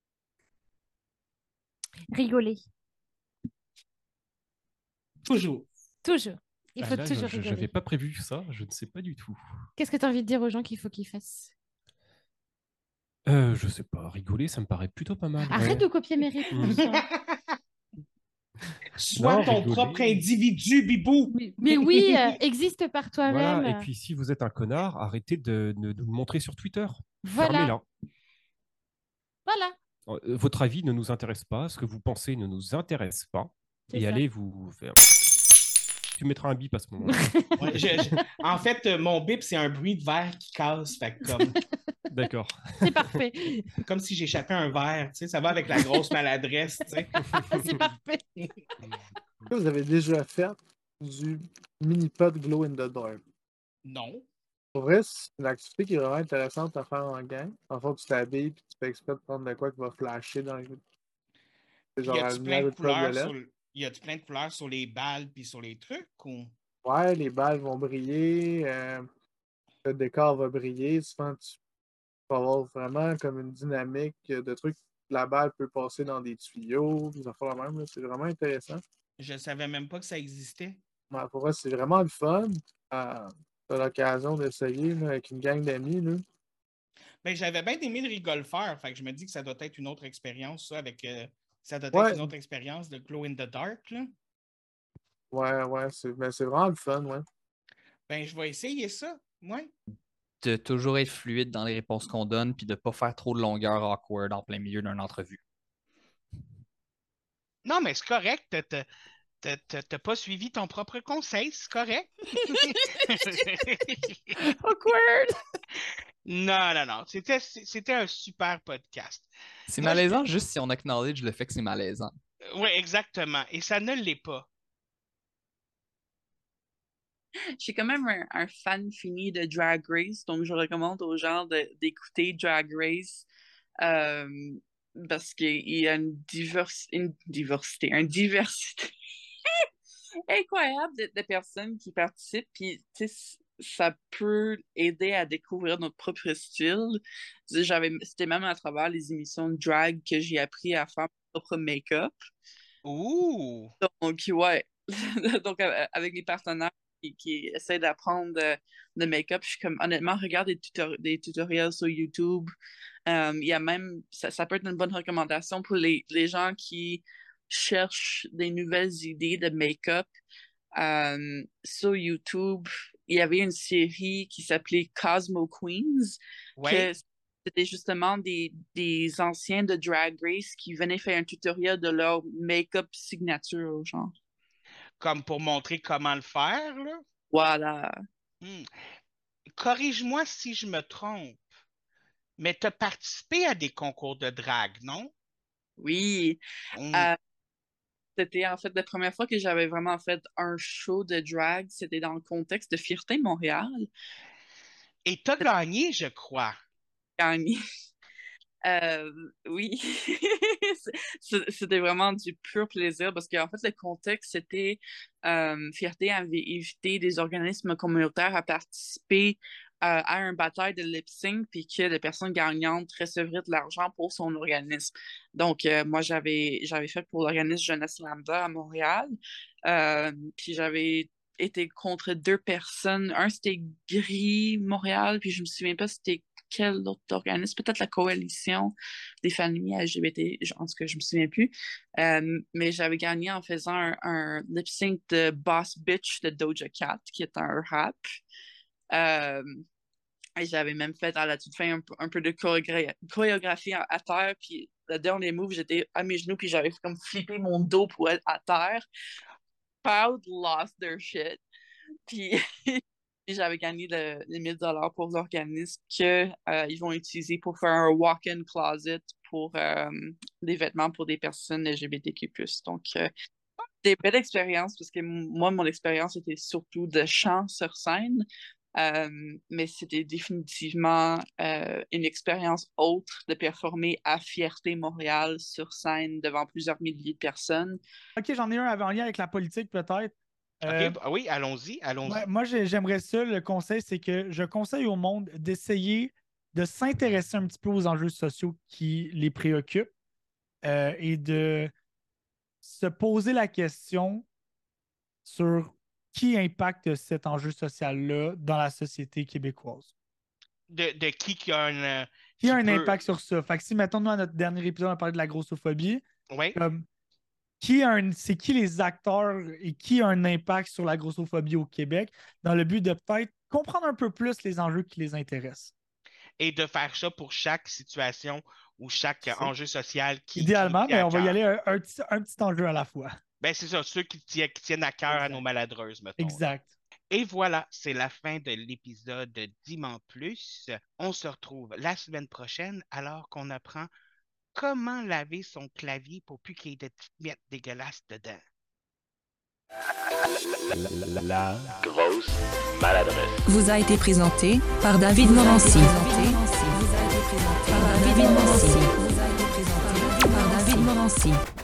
Rigoler. Toujours. Toujours. Il Ah, faut là, toujours je rigoler. n'avais pas prévu ça, je ne sais pas du tout. Qu'est-ce que tu as envie de dire aux gens qu'il faut qu'ils fassent? Euh, je sais pas, rigoler, ça me paraît plutôt pas mal. Arrête ouais. de copier mes réponses. Mm. Sois Non, ton rigoler. propre individu, Bibou. Oui, mais oui, euh, existe par toi-même. Voilà, et puis si vous êtes un connard, arrêtez de, de, de le montrer sur Twitter. Voilà. Fermez-la. Voilà. Euh, Votre avis ne nous intéresse pas, ce que vous pensez ne nous intéresse pas. C'est Et ça. allez vous faire. Tu mettras un bip à ce moment-là. Ouais, je- je- en fait, euh, mon bip, c'est un bruit de verre qui casse. Fait que comme, D'accord. C'est parfait. comme si j'échappais un verre. Tu sais, ça va avec la grosse maladresse. Tu sais. C'est parfait. Est-ce que vous avez déjà fait du mini-pot glow in the dark? Non. Pour vrai, c'est une activité qui est vraiment intéressante à faire en gang. En fait, tu t'habilles et tu fais exprès de prendre de quoi qui va flasher dans les. C'est Y genre la a-tu lumière plein de couleurs ultraviolette. sur le... y a-tu plein de couleurs sur les balles puis sur les trucs ou... Ouais, les balles vont briller, euh, le décor va briller. Souvent, tu va avoir vraiment comme une dynamique de trucs. La balle peut passer dans des tuyaux, des affaires la même. Là. C'est vraiment intéressant. Je savais même pas que ça existait. Ouais, pour moi, c'est vraiment le fun. Euh, t'as l'occasion d'essayer là, avec une gang d'amis. Là. Ben, j'avais bien aimé le rigolfeur. Fait que je me dis que ça doit être une autre expérience, ça, avec. Euh, ça doit Ouais. être une autre expérience de Glow in the Dark, là. Ouais, ouais, c'est, ben, c'est vraiment le fun, ouais. Ben, je vais essayer ça. Ouais. De toujours être fluide dans les réponses qu'on donne, puis de ne pas faire trop de longueur awkward en plein milieu d'une entrevue. Non, mais c'est correct. T'as, t'as, t'as, t'as- t'as pas suivi ton propre conseil, c'est correct. Awkward! Non, non, non. C'était, c'était un super podcast. C'est Moi, je- malaisant juste si on acknowledge le fait que c'est malaisant. Oui, exactement. Et ça ne l'est pas. Je suis quand même un, un fan fini de Drag Race, donc je recommande aux gens de- d'écouter Drag Race euh, parce qu'il y a une, divers, une diversité, une diversité incroyable de, de personnes qui participent, puis tu sais, ça peut aider à découvrir notre propre style. J'avais, c'était même à travers les émissions de drag que j'ai appris à faire mon propre make-up. Ouh! Donc, ouais. Donc, euh, avec les partenaires qui, qui essaient d'apprendre euh, le make-up, je suis comme, honnêtement, regarde des, tutor- des tutoriels sur YouTube. Euh, Il y a même, ça, ça peut être une bonne recommandation pour les, les gens qui cherchent des nouvelles idées de make-up. Euh, sur YouTube, il y avait une série qui s'appelait Cosmo Queens, Oui. que c'était justement des, des anciens de Drag Race qui venaient faire un tutoriel de leur make-up signature, genre. Comme pour montrer comment le faire, là. Voilà. Hmm. Corrige-moi si je me trompe, mais tu as participé à des concours de drague, non? Oui. Hmm. Euh, c'était en fait la première fois que j'avais vraiment fait un show de drag. C'était dans le contexte de Fierté Montréal. Et tu as gagné, je crois. Gagné. Euh, oui, C'est- c'était vraiment du pur plaisir parce qu'en fait, le contexte, c'était euh, Fierté avait invité des organismes communautaires à participer euh, à un bataille de lip-sync puis que les personnes gagnantes recevraient de l'argent pour son organisme. Donc, euh, moi, j'avais j'avais fait pour l'organisme Jeunesse Lambda à Montréal. Euh, puis j'avais été contre deux personnes. Un, c'était Gris Montréal, puis je me souviens pas c'était quel autre organisme, peut-être la coalition des familles L G B T, je pense que je me souviens plus. Euh, mais j'avais gagné en faisant un, un lip sync de Boss Bitch de Doja Cat, qui est un rap. Euh, et j'avais même fait à la toute fin un, un peu de chorégra- chorégraphie à, à terre, puis le dernier move, j'étais à mes genoux, puis j'avais comme flippé mon dos pour être à terre. Crowd lost their shit. Puis j'avais gagné le, les mille dollars pour l'organisme qu'ils euh, vont utiliser pour faire un walk-in closet pour euh, des vêtements pour des personnes L G B T Q plus. Donc, euh, des belles expériences parce que moi, mon expérience était surtout de chant sur scène, euh, mais c'était définitivement euh, une expérience autre de performer à Fierté Montréal sur scène devant plusieurs milliers de personnes. OK, j'en ai un avant lien avec la politique, peut-être. Euh, OK, bah oui, allons-y, allons-y. Ouais, moi, j'ai- j'aimerais ça. Le conseil, c'est que je conseille au monde d'essayer de s'intéresser un petit peu aux enjeux sociaux qui les préoccupent euh, et de se poser la question sur qui impacte cet enjeu social-là dans la société québécoise. De, de qui qui a un... euh, Qui a un peut- impact sur ça? Fait que si, mettons, nous, à notre dernier épisode, on a parlé de la grossophobie, Oui. comme qui a un, c'est qui les acteurs et qui a un impact sur la grossophobie au Québec dans le but de peut-être comprendre un peu plus les enjeux qui les intéressent. Et de faire ça pour chaque situation ou chaque C'est ça. enjeu social qui, Idéalement, qui nous tient mais à on va y cœur. aller un, un petit, un petit enjeu à la fois. Ben, c'est ça, ceux qui, tient- qui tiennent à cœur à Exact. nos maladreuses, mettons. Exact. Et voilà, c'est la fin de l'épisode Dimanche Plus. On se retrouve la semaine prochaine alors qu'on apprend comment laver son clavier pour plus qu'il y ait de petites miettes dégueulasses dedans. La grosse maladresse. Vous a été présenté par David Morancy. Par David Morancy. Par David Morancy.